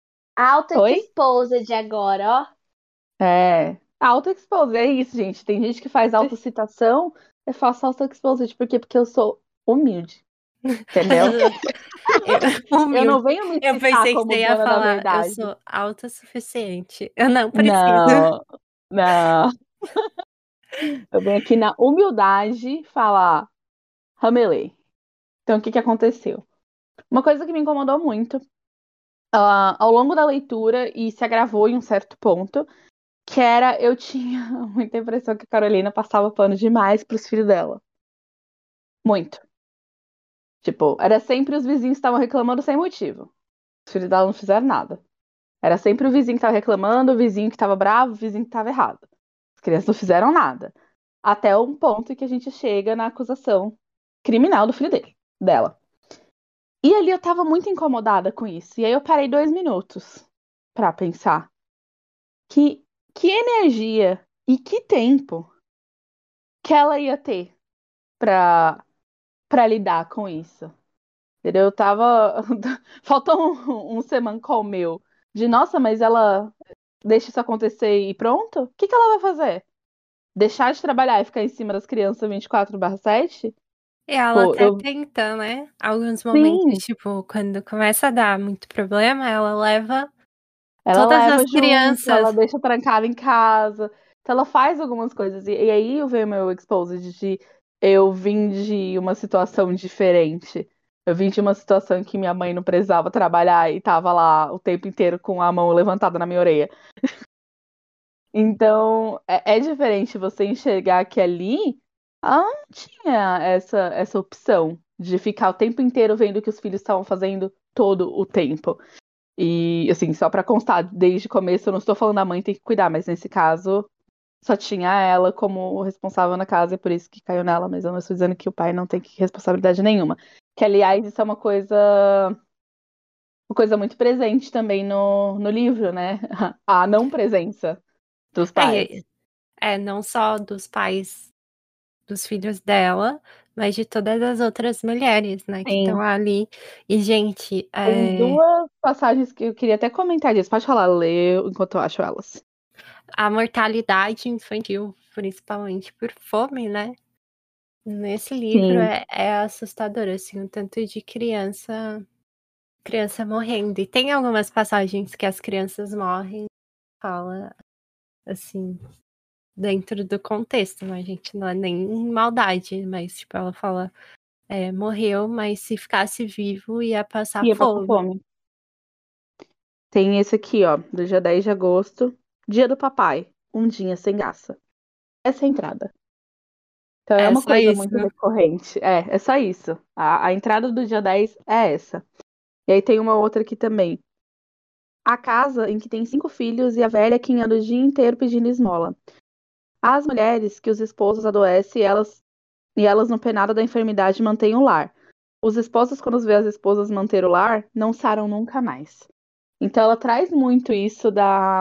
Oi? auto-exposed agora, ó. É. Auto-expose, é isso, gente. Tem gente que faz autocitação, eu faço auto-expose. Por quê? Porque eu sou humilde. Entendeu? Eu Humilde. não venho me Eu citar pensei que como você ia dona da falar, eu verdade. sou autossuficiente. Eu não preciso. Não, não. Eu venho aqui na humildade falar, ramelei. Então, o que que aconteceu? Uma coisa que me incomodou muito, ao longo da leitura, e se agravou em um certo ponto, que era, eu tinha muita impressão que a Carolina passava pano demais pros filhos dela. Muito. Tipo, era sempre os vizinhos que estavam reclamando sem motivo. Os filhos dela não fizeram nada. Era sempre o vizinho que estava reclamando, o vizinho que estava bravo, o vizinho que estava errado. As crianças não fizeram nada. Até um ponto em que a gente chega na acusação criminal do filho dela. E ali eu tava muito incomodada com isso. E aí eu parei 2 minutos pra pensar que energia e que tempo que ela ia ter pra, pra lidar com isso. Entendeu? Eu tava. Faltou um semancol meu de nossa, mas ela deixa isso acontecer e pronto? O que que ela vai fazer? Deixar de trabalhar e ficar em cima das crianças 24/7? E ela Pô, até tenta, né? Alguns momentos, sim, tipo, quando começa a dar muito problema, ela leva ela todas as leva junto, ela crianças. deixa trancada em casa. Então ela faz algumas coisas. E aí eu vejo meu exposed de eu vim de uma situação diferente. Eu vim de uma situação em que minha mãe não precisava trabalhar e tava lá o tempo inteiro com a mão levantada na minha orelha. Então, é diferente você enxergar que ali ela não tinha essa opção de ficar o tempo inteiro vendo o que os filhos estavam fazendo todo o tempo. E, assim, só pra constar, desde o começo, eu não estou falando a mãe tem que cuidar, mas nesse caso, só tinha ela como responsável na casa, e por isso que caiu nela, mas eu não estou dizendo que o pai não tem responsabilidade nenhuma. Que, aliás, isso é uma coisa muito presente também no livro, né? A não presença dos pais. Não só dos pais dos filhos dela, mas de todas as outras mulheres, né, que estão Sim. ali. E, gente, Tem duas passagens que eu queria até comentar disso. Pode falar, ler enquanto eu acho elas. a mortalidade infantil, principalmente por fome, né? Nesse livro Sim. é assustador, assim, o tanto de criança morrendo. E tem algumas passagens que as crianças morrem, fala assim, dentro do contexto, né, gente? Não é nem maldade, mas tipo, ela fala, morreu, mas se ficasse vivo ia passar Ia passar fome. fome. Tem esse aqui, ó, do dia 10 de agosto. Dia do papai. Um dia sem graça. Essa é a entrada. Então é É uma só coisa isso. muito recorrente. É só isso. A entrada do dia 10 é essa. E aí tem uma outra aqui também. A casa em que tem 5 filhos e a velha que anda o dia inteiro pedindo esmola. As mulheres que os esposos adoecem e elas no penado da enfermidade mantêm o lar. Os esposos, quando vê as esposas manter o lar, não saram nunca mais. Então ela traz muito isso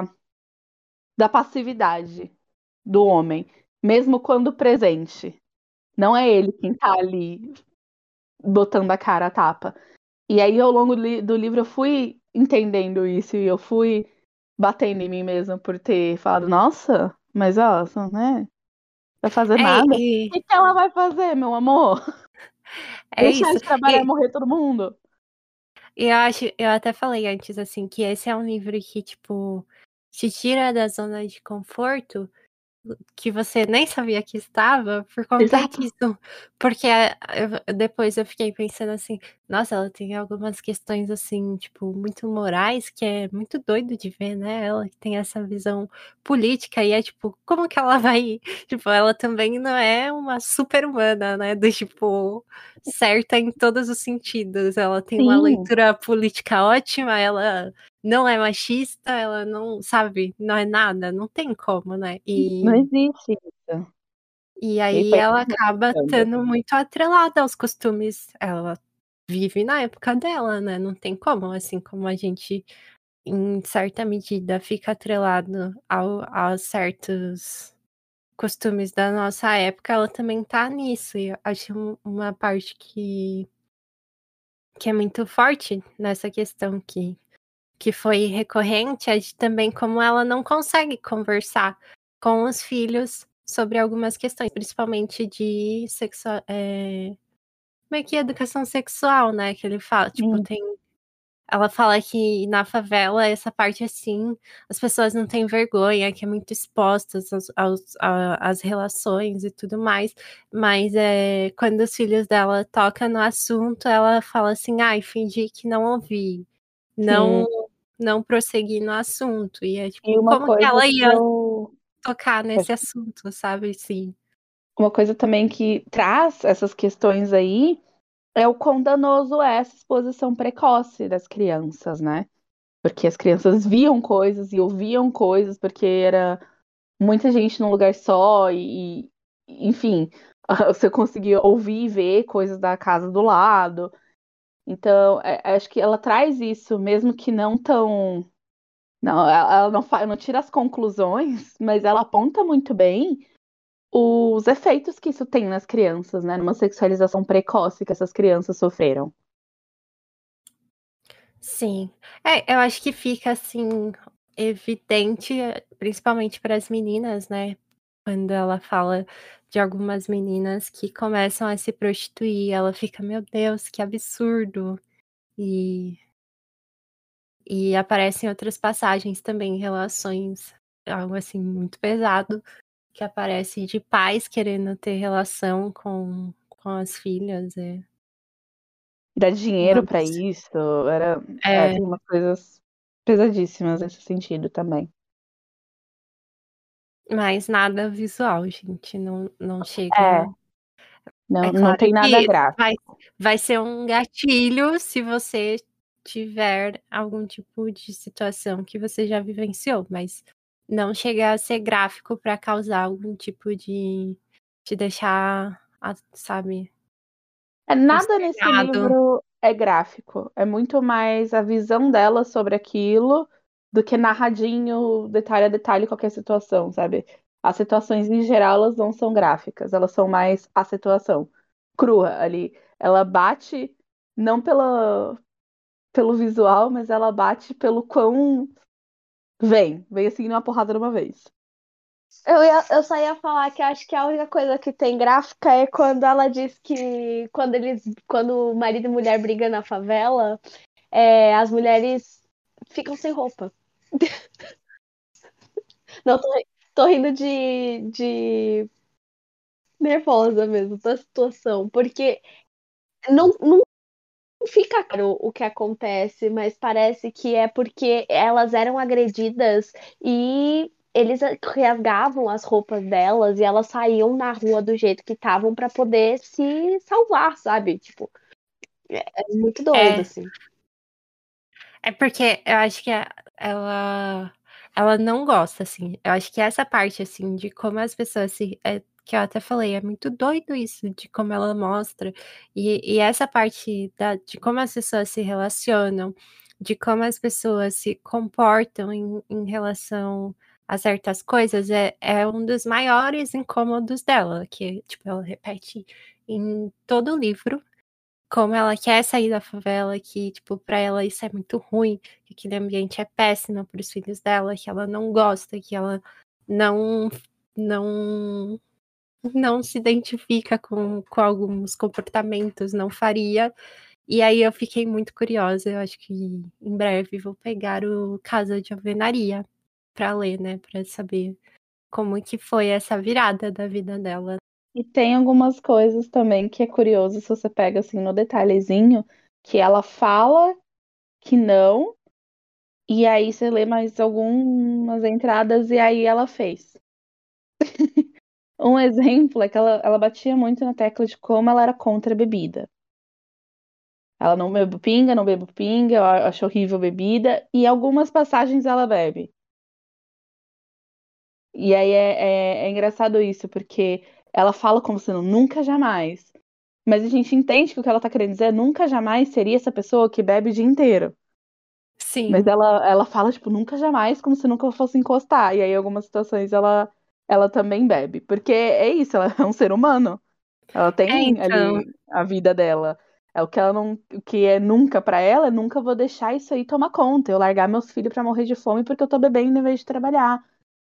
da passividade do homem, mesmo quando presente. Não é ele quem tá ali botando a cara a tapa. E aí, ao longo do livro, eu fui entendendo isso e eu fui batendo em mim mesma por ter falado, nossa, mas ó, né? Vai fazer É, nada? O e que ela vai fazer, meu amor? é Deixar isso. de trabalhar e morrer todo mundo? E eu até falei antes, assim, que esse é um livro que, tipo, te tira da zona de conforto que você nem sabia que estava por conta Exato. disso. Porque depois eu fiquei pensando assim, nossa, ela tem algumas questões assim, tipo, muito morais, que é muito doido de ver, né? Ela que tem essa visão política e é tipo, como que ela vai. Tipo, ela também não é uma super-humana, né? Do tipo, certa em todos os sentidos. Ela tem uma Sim, leitura política ótima, ela não é machista, ela não, sabe, não é nada, não tem como, né? não existe isso. E E aí foi ela acaba pensando. estando muito atrelada aos costumes. Ela vive na época dela, né? Não tem como, assim como a gente, em certa medida, fica atrelado a certos costumes da nossa época, ela também tá nisso. E eu acho uma parte que é muito forte nessa questão que foi recorrente é de também como ela não consegue conversar com os filhos sobre algumas questões, principalmente de como é que é educação sexual, né? Que ele fala, tipo, Sim, tem. Ela fala que na favela, essa parte assim, as pessoas não têm vergonha, que é muito expostas às relações e tudo mais. Mas quando os filhos dela tocam no assunto, ela fala assim, ai, fingi que não ouvi. Não, sim. não prosseguir no assunto. E é E tipo, como que ela ia eu. tocar nesse assunto, sabe? Sim. Uma coisa também que traz essas questões aí é o quão danoso é essa exposição precoce das crianças, né? Porque as crianças viam coisas e ouviam coisas, porque era muita gente num lugar só enfim, você conseguia ouvir e ver coisas da casa do lado. Então, acho que ela traz isso, mesmo que não tão. Não, ela não tira as conclusões, mas ela aponta muito bem os efeitos que isso tem nas crianças, né? Numa sexualização precoce que essas crianças sofreram. Sim. Eu acho que fica assim evidente, principalmente para as meninas, né? Quando ela fala de algumas meninas que começam a se prostituir, ela fica, meu Deus, que absurdo. E, e aparecem outras passagens também, em relações, algo assim muito pesado, que aparece de pais querendo ter relação com as filhas. Dar dinheiro pra Mas, isso, é, tem umas coisas pesadíssimas nesse sentido também. mas nada visual, gente. Não, não É, chega. É não claro tem nada que gráfico. vai ser um gatilho se você tiver algum tipo de situação que você já vivenciou, mas não chega a ser gráfico para causar algum tipo de te deixar, sabe, Nada nesse consternado. livro é gráfico. É muito mais a visão dela sobre aquilo do que narradinho, detalhe a detalhe, qualquer situação, sabe? As situações em geral, elas não são gráficas, elas são mais a situação crua ali. Ela bate não pelo visual, mas ela bate pelo quão vem assim numa porrada de uma vez. Eu só ia falar que eu acho que a única coisa que tem gráfica é quando ela diz que quando o marido e mulher brigam na favela, as mulheres ficam sem roupa. Não, tô rindo de nervosa mesmo da situação, porque não fica claro o que acontece, mas parece que é porque elas eram agredidas e eles rasgavam as roupas delas e elas saíam na rua do jeito que estavam para poder se salvar, sabe? Tipo, é muito doido, É, assim. é porque eu acho que ela não gosta, assim. Eu acho que essa parte, assim, de como as pessoas se. Que eu até falei, é muito doido isso, de como ela mostra. E essa parte de como as pessoas se relacionam, de como as pessoas se comportam em relação a certas coisas, é um dos maiores incômodos dela, que, tipo, ela repete em todo o livro como ela quer sair da favela, que, tipo, pra ela isso é muito ruim, que aquele ambiente é péssimo pros filhos dela, que ela não gosta, que ela não, não não se identifica com alguns comportamentos, não faria. E aí eu fiquei muito curiosa. Eu acho que em breve vou pegar o Casa de Alvenaria para ler, né? Para saber como que foi essa virada da vida dela. E tem algumas coisas também que é curioso se você pega assim no detalhezinho, que ela fala que não, e aí você lê mais algumas entradas e aí ela fez. Um exemplo é que ela batia muito na tecla de como ela era contra a bebida. Ela não bebo pinga, eu acho horrível bebida, e algumas passagens ela bebe. E aí é engraçado isso, porque ela fala como se nunca jamais. Mas a gente entende que o que ela tá querendo dizer é nunca jamais seria essa pessoa que bebe o dia inteiro. Mas Sim. ela fala, tipo, nunca jamais, como se nunca fosse encostar. E aí, em algumas situações, ela também bebe. Porque é isso, ela é um ser humano. Ela tem Então, ali a vida dela. É o que ela não. O que é nunca pra ela, é nunca vou deixar isso aí tomar conta. Eu largar meus filhos pra morrer de fome porque eu tô bebendo em vez de trabalhar.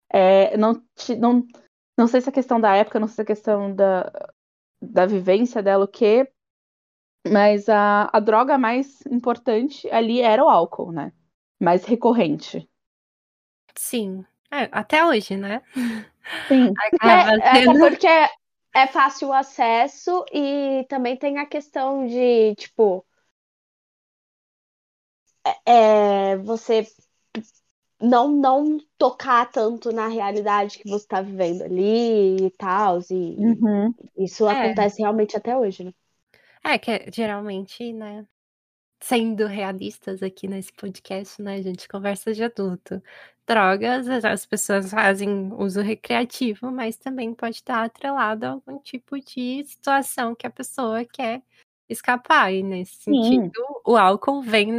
Não sei se é questão da época, não sei se é questão da vivência dela, o quê. Mas a droga mais importante ali era o álcool, né? Mais recorrente. sim. Até hoje, né? Sim. Acaba Até sendo. porque é fácil o acesso e também tem a questão de, tipo, você não tocar tanto na realidade que você está vivendo ali e tal. E Uhum. isso É, acontece realmente até hoje, né? que geralmente, né? Sendo realistas aqui nesse podcast, né? A gente conversa de adulto. Drogas, as pessoas fazem uso recreativo, mas também pode estar atrelado a algum tipo de situação que a pessoa quer escapar. E nesse sentido, Sim. o álcool vem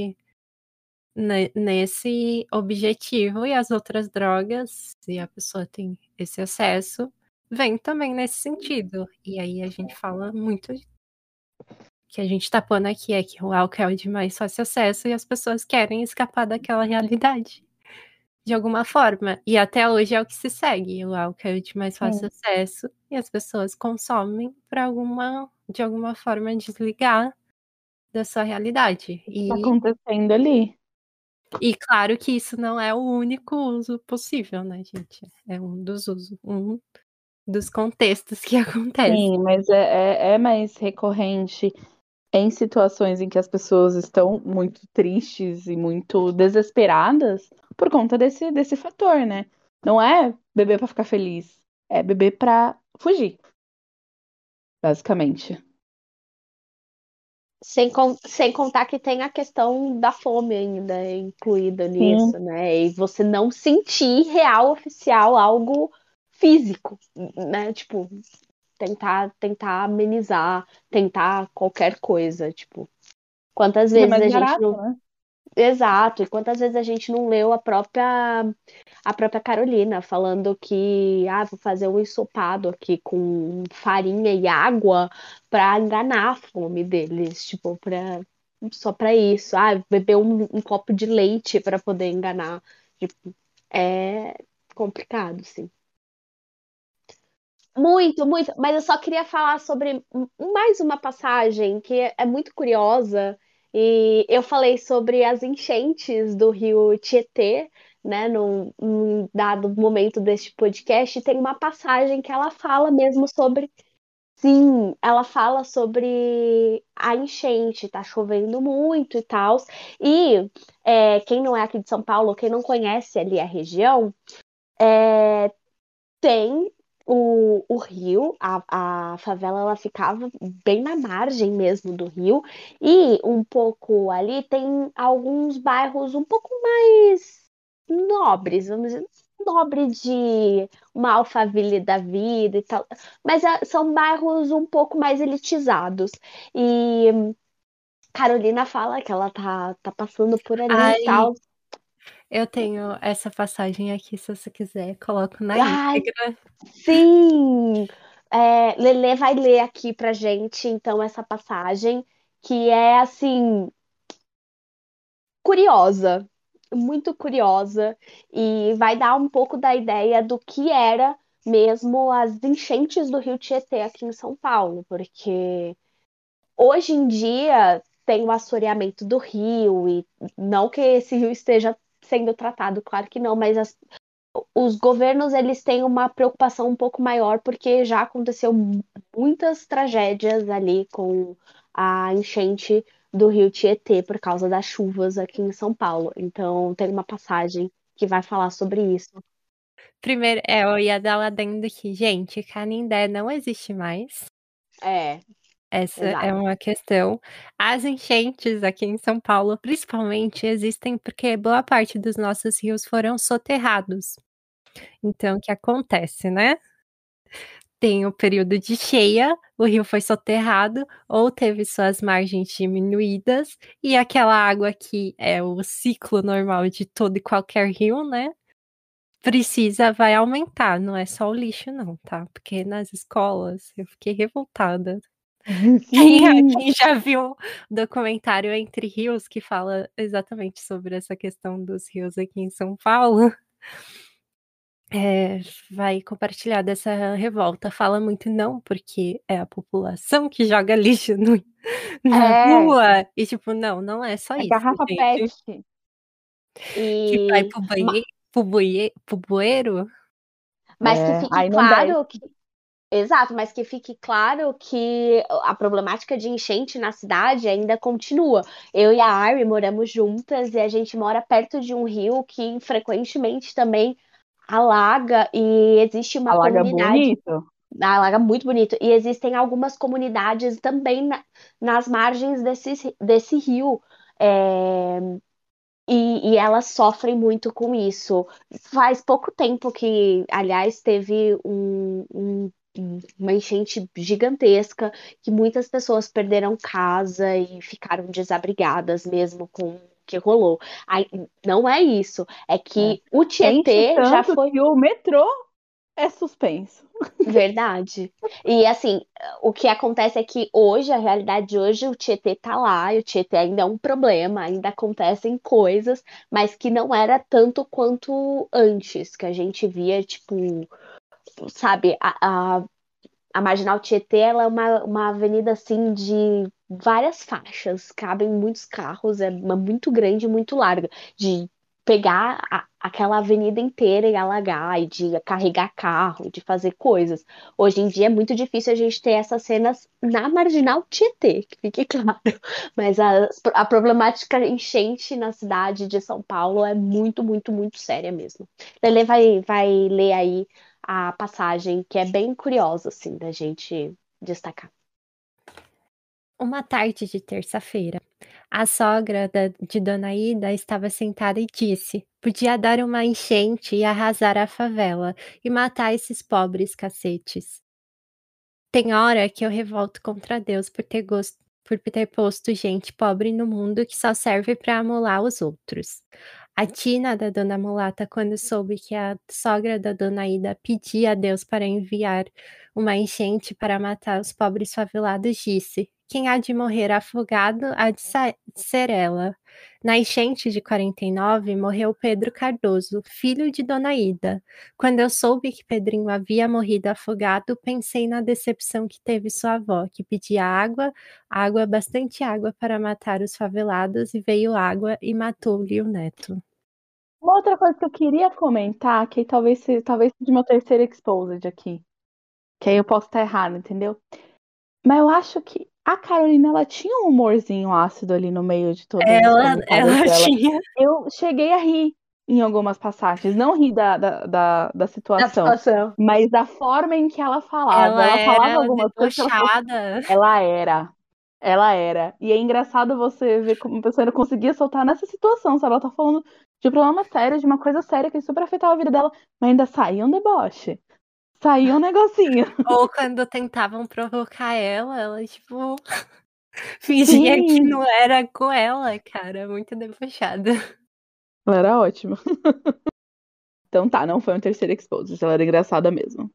nesse objetivo, e as outras drogas, se a pessoa tem esse acesso, vem também nesse sentido. E aí a gente fala muito que a gente tá pondo aqui é que o álcool é o de mais fácil acesso e as pessoas querem escapar daquela realidade de alguma forma. E até hoje é o que se segue. O álcool é o de mais fácil Sim. acesso e as pessoas consomem para de alguma forma desligar da sua realidade. Tá acontecendo ali. E claro que isso não é o único uso possível, né, gente? É um dos usos, um dos contextos que acontece. Sim, mas é mais recorrente em situações em que as pessoas estão muito tristes e muito desesperadas por conta desse fator, né? Não é beber pra ficar feliz, é beber pra fugir, basicamente. Sem contar que tem a questão da fome ainda incluída Sim, nisso, né? E você não sentir real, oficial, algo físico, né? Tipo, tentar amenizar, tentar qualquer coisa, tipo. Quantas e é vezes mais a gente barato, não. né? Exato, e quantas vezes a gente não leu a própria Carolina falando que vou fazer um ensopado aqui com farinha e água para enganar a fome deles, tipo, só para isso, beber um copo de leite para poder enganar, tipo, é complicado, sim. Muito, muito, mas eu só queria falar sobre mais uma passagem que é muito curiosa. E eu falei sobre as enchentes do rio Tietê, né, num dado momento deste podcast, e tem uma passagem que ela fala mesmo sobre. Sim, ela fala sobre a enchente, tá chovendo muito e tal. E quem não é aqui de São Paulo, quem não conhece ali a região, tem o rio, a favela ela ficava bem na margem mesmo do rio, e um pouco ali tem alguns bairros um pouco mais nobres, vamos dizer, nobre de uma Alphaville da vida e tal, mas são bairros um pouco mais elitizados. E Carolina fala que ela tá passando por ali e Ai, tal. eu tenho essa passagem aqui, se você quiser, coloco na Ai, íntegra. sim! Lelê vai ler aqui pra gente, então, essa passagem, que é, assim, curiosa, muito curiosa, e vai dar um pouco da ideia do que era mesmo as enchentes do Rio Tietê aqui em São Paulo, porque hoje em dia tem o assoreamento do rio, e não que esse rio esteja sendo tratado, claro que não, mas os governos eles têm uma preocupação um pouco maior, porque já aconteceu muitas tragédias ali com a enchente do rio Tietê por causa das chuvas aqui em São Paulo. Então tem uma passagem que vai falar sobre isso. Primeiro, eu ia dar um adendo aqui. Gente, Canindé não existe mais. É, Essa é exato. uma questão. As enchentes aqui em São Paulo, principalmente, existem porque boa parte dos nossos rios foram soterrados. Então, o que acontece, né? Tem o período de cheia, o rio foi soterrado ou teve suas margens diminuídas, e aquela água que é o ciclo normal de todo e qualquer rio, né? Vai aumentar, não é só o lixo, não, tá? Porque nas escolas eu fiquei revoltada. Sim. Quem já viu o documentário Entre Rios, que fala exatamente sobre essa questão dos rios aqui em São Paulo, vai compartilhar dessa revolta. Fala muito não, porque é a população que joga lixo na É, rua. E tipo, não, não é só É isso, garrafa gente. PET. Que vai e pro bueiro. mas que fique Aí não desce. claro que exato, mas que fique claro que a problemática de enchente na cidade ainda continua. Eu e a Ari moramos juntas e a gente mora perto de um rio que frequentemente também alaga e existe uma Alaga comunidade. bonito. Alaga muito bonito. E existem algumas comunidades também nas margens desse rio. É, e elas sofrem muito com isso. Faz pouco tempo que, aliás, teve uma enchente gigantesca, que muitas pessoas perderam casa e ficaram desabrigadas mesmo com o que rolou. Aí, não é isso, é É. que o Enche Tietê já tanto foi que o metrô é suspenso. verdade. E assim, o que acontece é que hoje, a realidade de hoje, o Tietê tá lá, e o Tietê ainda é um problema, ainda acontecem coisas, mas que não era tanto quanto antes, que a gente via, tipo, sabe, a Marginal Tietê, ela é uma avenida assim de várias faixas, cabem muitos carros, é muito grande, muito larga, de pegar aquela avenida inteira e alagar, e de carregar carro, de fazer coisas. Hoje em dia é muito difícil a gente ter essas cenas na Marginal Tietê, que fique claro. Mas a problemática enchente na cidade de São Paulo é muito, muito, muito séria mesmo. Lele vai ler aí a passagem que é bem curiosa, assim, da gente destacar. Uma tarde de terça-feira, a sogra de Dona Ida estava sentada e disse: podia dar uma enchente e arrasar a favela e matar esses pobres cacetes. Tem hora que eu revolto contra Deus por ter posto gente pobre no mundo que só serve para amolar os outros. A Tina da Dona Mulata, quando soube que a sogra da Dona Ida pedia a Deus para enviar uma enchente para matar os pobres favelados, disse: quem há de morrer afogado há de ser ela. Na enchente de 49, morreu Pedro Cardoso, filho de Dona Ida. Quando eu soube que Pedrinho havia morrido afogado, pensei na decepção que teve sua avó, que pedia água, água, bastante água para matar os favelados, e veio água e matou-lhe o neto. Uma outra coisa que eu queria comentar, que talvez seja meu terceiro exposed aqui. Que aí eu posso estar errado, entendeu? Mas eu acho que a Carolina, ela tinha um humorzinho ácido ali no meio de todos os comentários Ela dela. tinha. Eu cheguei a rir em algumas passagens. Não ri da Da situação, situação. mas da forma em que ela falava. Ela Ela falava era algumas coisas que ela falou. debochada. Ela era. Ela era. E é engraçado você ver como a pessoa não conseguia soltar nessa situação, sabe? Ela tá falando de um problema sério, de uma coisa séria que super afetava a vida dela, mas ainda saía um deboche. Saía um negocinho. Ou quando tentavam provocar ela, tipo, fingia que Sim! não era com ela, cara. Muito debochada. Ela era ótima. Então tá, não foi um terceiro exposed, ela era engraçada mesmo.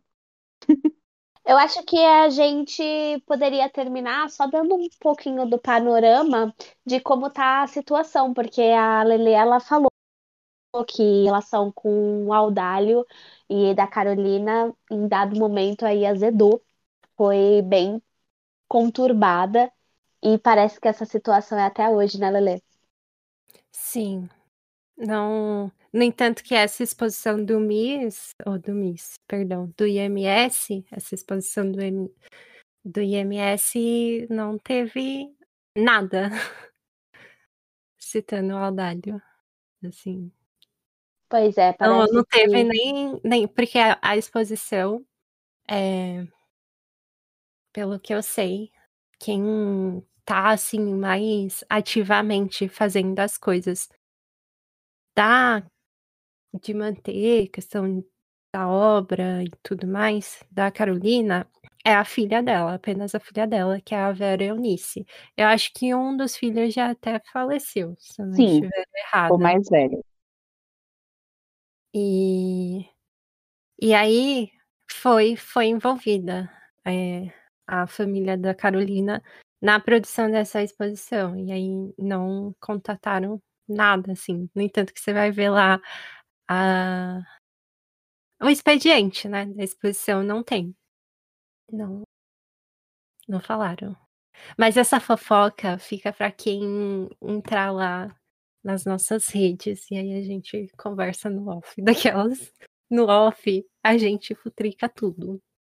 Eu acho que a gente poderia terminar só dando um pouquinho do panorama de como tá a situação, porque a Lele, ela falou que em relação com o Audálio e da Carolina, em dado momento aí azedou, foi bem conturbada e parece que essa situação é até hoje, né, Lelê? Sim. Não, no entanto que essa exposição do do IMS, essa exposição do IMS não teve nada citando o Audálio, assim. Pois é, Não, parece não teve que nem porque a exposição, pelo que eu sei, quem tá, assim, mais ativamente fazendo as coisas de manter questão da obra e tudo mais, da Carolina, é a filha dela, apenas a filha dela, que é a Vera Eunice. Eu acho que um dos filhos já até faleceu, se eu não Sim, estiver o errada. mais velho. E E aí foi envolvida, a família da Carolina na produção dessa exposição, e aí não contataram nada, assim. No entanto que você vai ver lá a o expediente, né, da exposição não tem, não não falaram. Mas essa fofoca fica para quem entrar lá nas nossas redes, e aí a gente conversa no off, daquelas no off a gente futrica tudo.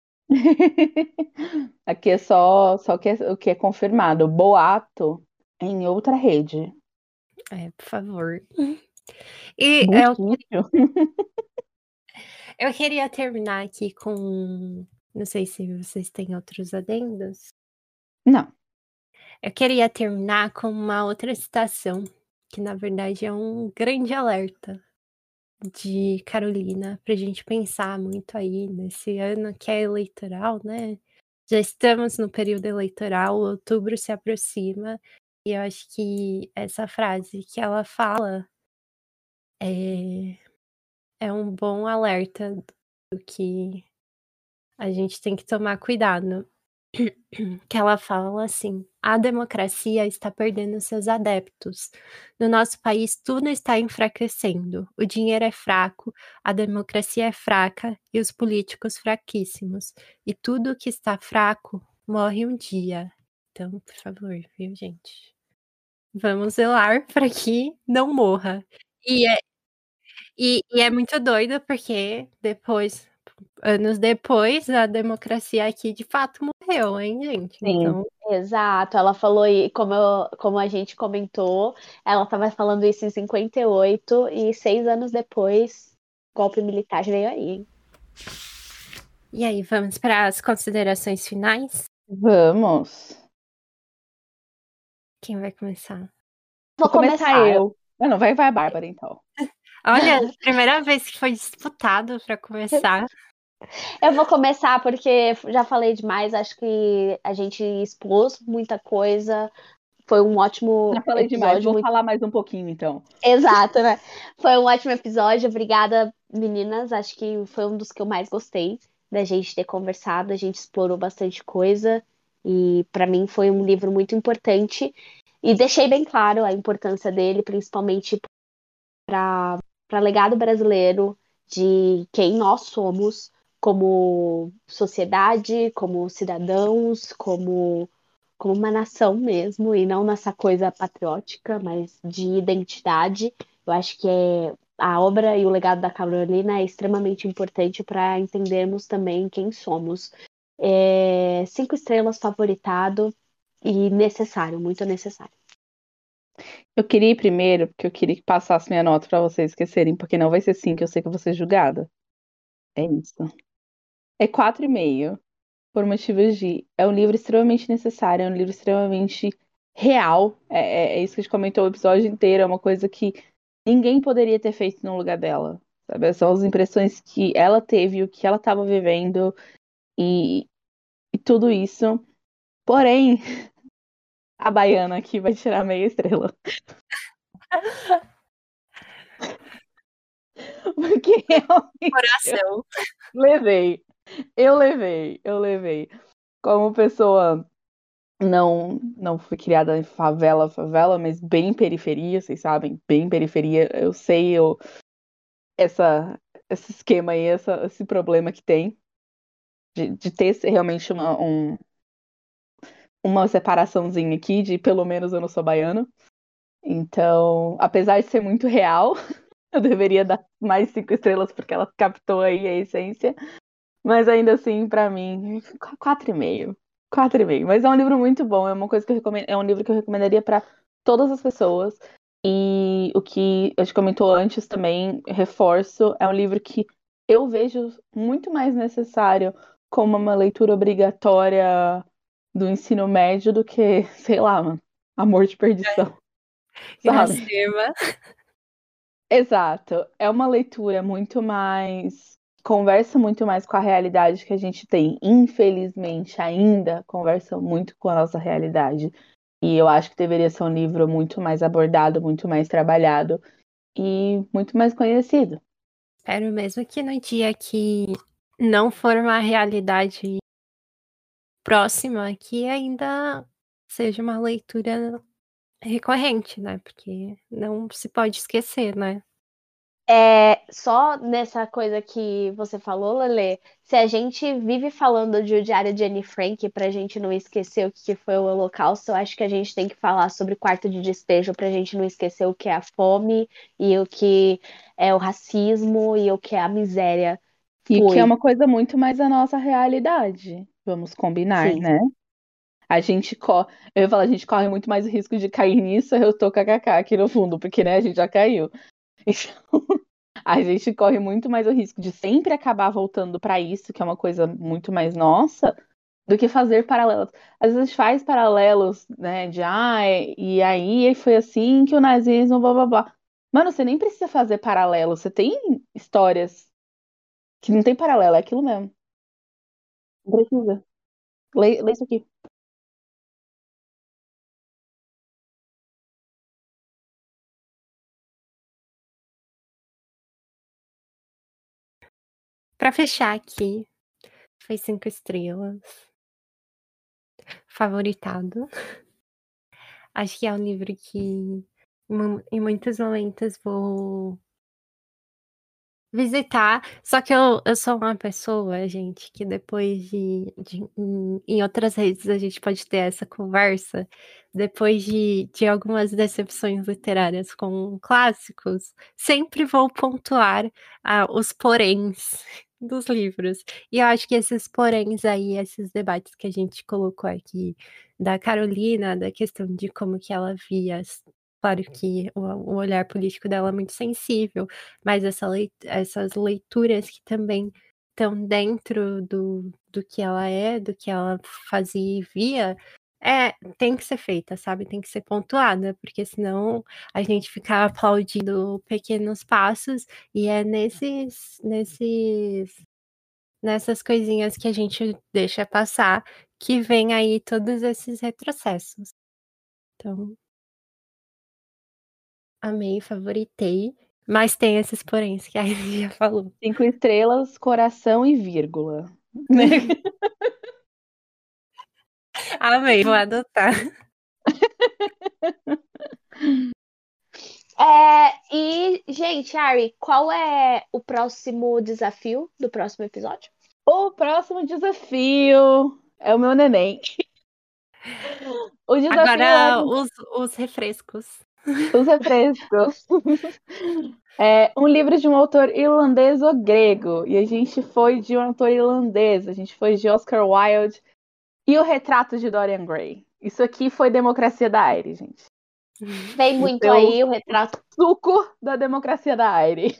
Aqui é só o que é confirmado. Boato em outra rede. Por favor. E Bochicho? eu queria terminar aqui com, não sei se vocês têm outros adendos. Não. Eu queria terminar com uma outra citação, que na verdade é um grande alerta de Carolina, para a gente pensar muito aí nesse ano que é eleitoral, né? Já estamos no período eleitoral, outubro se aproxima, e eu acho que essa frase que ela fala é, é um bom alerta do que a gente tem que tomar cuidado. Que ela fala assim: a democracia está perdendo seus adeptos. No nosso país, tudo está enfraquecendo. O dinheiro é fraco, a democracia é fraca e os políticos fraquíssimos. E tudo que está fraco morre um dia. Então, por favor, viu, gente? Vamos zelar para que não morra. E é, e é muito doido porque depois, anos depois, a democracia aqui de fato morreu, hein, gente? Sim. Então, exato, ela falou, e como a gente comentou, ela estava falando isso em 58 e 6 anos depois, golpe militar veio aí, hein? e aí, vamos para as considerações finais? Vamos. Quem vai começar? Vou Vou começar começar. eu. Não, vai a Bárbara, então. Olha, primeira vez que foi disputado para começar. Eu vou começar porque já falei demais, acho que a gente expôs muita coisa. Foi um ótimo Já falei demais, episódio, vou muito falar mais um pouquinho, então. exato, né? Foi um ótimo episódio. Obrigada, meninas. Acho que foi um dos que eu mais gostei da gente ter conversado. A gente explorou bastante coisa e para mim foi um livro muito importante e deixei bem claro a importância dele, principalmente para legado brasileiro de quem nós somos como sociedade, como cidadãos, como uma nação mesmo, e não nessa coisa patriótica, mas de identidade. Eu acho que a obra e o legado da Carolina é extremamente importante para entendermos também quem somos. 5 estrelas, favoritado e necessário, muito necessário. Eu queria ir primeiro, porque eu queria que passasse minha nota pra vocês esquecerem, porque não vai ser 5, eu sei que eu vou ser julgada. É isso. É 4,5, por motivos de. É um livro extremamente necessário, é um livro extremamente real. É isso que a gente comentou o episódio inteiro, é uma coisa que ninguém poderia ter feito no lugar dela. Sabe? São as impressões que ela teve, o que ela estava vivendo e, e tudo isso. Porém, a baiana aqui vai tirar meia estrela. Porque realmente Coração. levei. Eu levei. Como pessoa não fui criada em favela, mas bem periferia, vocês sabem, bem periferia. Eu sei esse esquema aí, esse problema que tem de ter realmente uma separaçãozinha aqui, de pelo menos eu não sou baiano. Então, apesar de ser muito real, eu deveria dar mais 5 estrelas porque ela captou aí a essência. Mas ainda assim, pra mim, 4,5. 4,5. Mas é um livro muito bom, é uma coisa que eu recomendo, é um livro que eu recomendaria pra todas as pessoas. E o que a gente comentou antes também, reforço, é um livro que eu vejo muito mais necessário como uma leitura obrigatória do ensino médio do que, sei lá, mano, Amor de Perdição, sabe? Iracema. Exato. É uma leitura muito mais. Conversa muito mais com a realidade que a gente tem. Infelizmente, ainda conversa muito com a nossa realidade. E eu acho que deveria ser um livro muito mais abordado, muito mais trabalhado e muito mais conhecido. Espero mesmo que no dia que não for uma realidade próxima, que ainda seja uma leitura recorrente, né? Porque não se pode esquecer, né? Só nessa coisa que você falou, Lele, se a gente vive falando de O Diário de Anne Frank pra gente não esquecer o que foi o Holocausto, eu acho que a gente tem que falar sobre Quarto de Despejo pra gente não esquecer o que é a fome e o que é o racismo e o que é a miséria. E que é Foi, uma coisa muito mais a nossa realidade. Vamos combinar, sim. né? A gente corre. Eu ia falar, a gente corre muito mais o risco de cair nisso. Eu tô kkk aqui no fundo, porque, né, a gente já caiu. A gente corre muito mais o risco de sempre acabar voltando para isso, que é uma coisa muito mais nossa, do que fazer paralelos. Às vezes a gente faz paralelos, né, de e aí foi assim que o nazismo, blá blá blá. Mano, você nem precisa fazer paralelo, você tem histórias que não tem paralelo, é aquilo mesmo. Não precisa. Lê isso aqui. Pra fechar aqui, foi 5 estrelas. Favoritado. Acho que é um livro que em muitos momentos vou visitar. Só que eu sou uma pessoa, gente, que depois em outras redes a gente pode ter essa conversa. Depois de algumas decepções literárias com clássicos, sempre vou pontuar os poréns dos livros. E eu acho que esses poréns aí, esses debates que a gente colocou aqui, da Carolina, da questão de como que ela via. Claro que o olhar político dela é muito sensível, mas essas leituras que também estão dentro do que ela é, do que ela fazia e via, tem que ser feita, sabe? Tem que ser pontuada, porque senão a gente fica aplaudindo pequenos passos e é nessas coisinhas que a gente deixa passar que vem aí todos esses retrocessos. Então, amei, favoritei, mas tem esses poréns que a gente já falou. 5 estrelas, coração e vírgula. Né? Amei, vou adotar. Gente, Ari, qual é o próximo desafio do próximo episódio? O próximo desafio é o meu neném. O desafio é Agora, os refrescos. os refrescos. É um livro de um autor irlandês ou grego. E a gente foi de um autor irlandês. A gente foi de Oscar Wilde e o retrato de Dorian Gray. Isso aqui foi Democracia da Aire, gente. Vem O muito seu aí o retrato. suco da Democracia da Aire.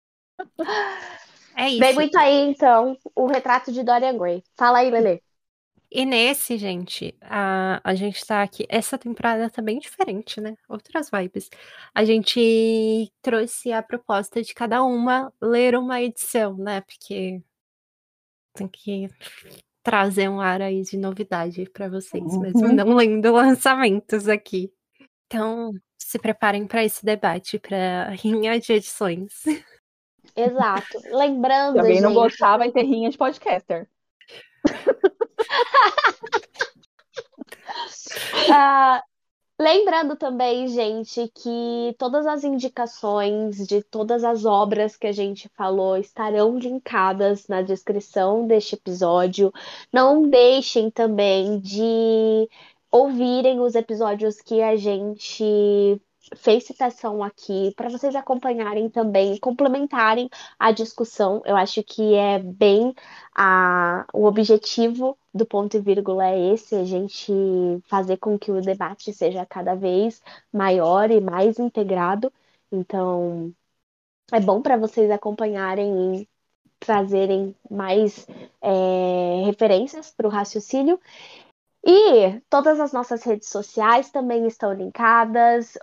É Vem isso. muito aí, então, o retrato de Dorian Gray. Fala aí, Lele. E nesse, gente, a gente tá aqui. Essa temporada tá bem diferente, né? Outras vibes. A gente trouxe a proposta de cada uma ler uma edição, né? Porque tem que trazer um ar aí de novidade pra vocês, mesmo Uhum. não lendo lançamentos aqui. Então, se preparem para esse debate, para rinha de edições. Exato. Se Lembrando, alguém não gente, gostar, vai ter rinha de podcaster. ah, Lembrando também, gente, que todas as indicações de todas as obras que a gente falou estarão linkadas na descrição deste episódio. Não deixem também de ouvirem os episódios que a gente fez citação aqui, para vocês acompanharem também, complementarem a discussão. Eu acho que é bem o objetivo do ponto e vírgula é esse, a gente fazer com que o debate seja cada vez maior e mais integrado. Então, é bom para vocês acompanharem e trazerem mais referências para o raciocínio. E todas as nossas redes sociais também estão linkadas.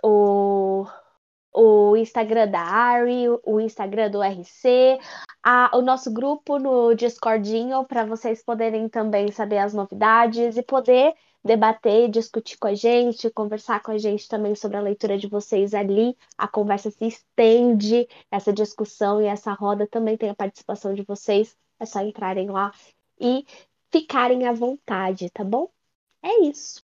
O Instagram da Ari, o Instagram do RC, o nosso grupo no Discordinho, para vocês poderem também saber as novidades e poder debater, discutir com a gente, conversar com a gente também sobre a leitura de vocês ali. A conversa se estende, essa discussão e essa roda também tem a participação de vocês. É só entrarem lá e ficarem à vontade, tá bom? É isso.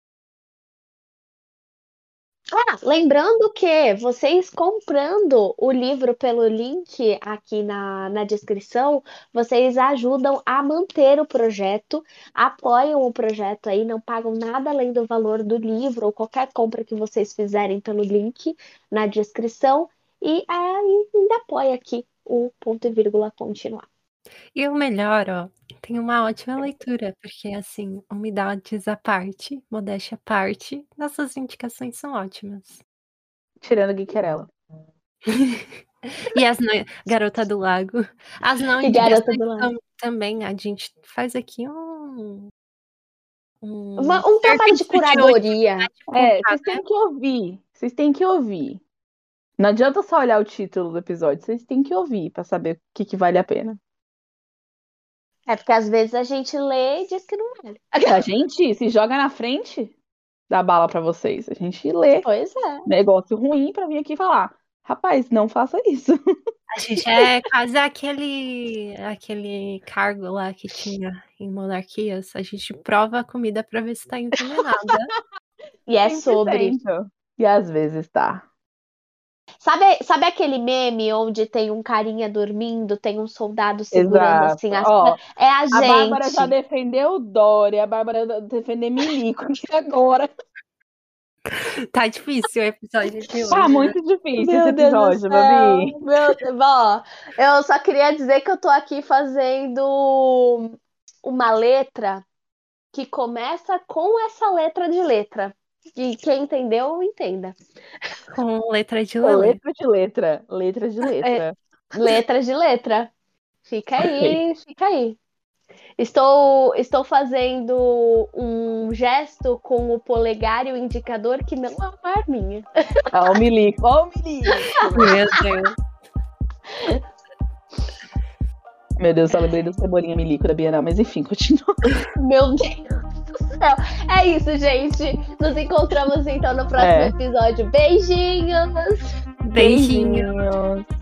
Lembrando que vocês comprando o livro pelo link aqui na descrição, vocês ajudam a manter o projeto, apoiam o projeto aí, não pagam nada além do valor do livro ou qualquer compra que vocês fizerem pelo link na descrição e aí ainda apoia aqui o ponto e vírgula continuar. E o melhor, ó, tem uma ótima leitura, porque assim, umidades à parte, modéstia à parte, nossas indicações são ótimas. Tirando Geekerella. E as Garota do Lago. As não E Garota do indicações Lago. também, a gente faz aqui um trabalho de curadoria. Vocês têm que ouvir. Vocês têm que ouvir. Não adianta só olhar o título do episódio, vocês têm que ouvir para saber o que vale a pena. É porque às vezes a gente lê e diz que não vale. A gente se joga na frente da bala para vocês. A gente lê. Pois é. Negócio ruim para vir aqui falar. Rapaz, não faça isso. A gente é quase aquele cargo lá que tinha em monarquias. A gente prova a comida para ver se tá envenenada. E é sobre. E às vezes tá. Sabe aquele meme onde tem um carinha dormindo, tem um soldado segurando assim as... É a gente. A Bárbara já defendeu Dória, a Bárbara defendeu Milico agora. Tá difícil o episódio de hoje. Tá muito difícil esse episódio, Babi. Eu só queria dizer que eu tô aqui fazendo uma letra que começa com essa letra de letra. E quem entendeu, entenda. Com letra de letra. Letra de letra. Letra de letra. Letra de letra. Fica aí, fica aí. Estou fazendo um gesto com o polegar e o indicador que não é uma arminha. Ó o milico, ó o milico. Meu Deus. Meu Deus, eu lembrei do Cebolinha Milico da Bienal, mas enfim, continua. Meu Deus do céu. É isso, gente. Nos encontramos então no próximo episódio. Beijinhos! Beijinhos!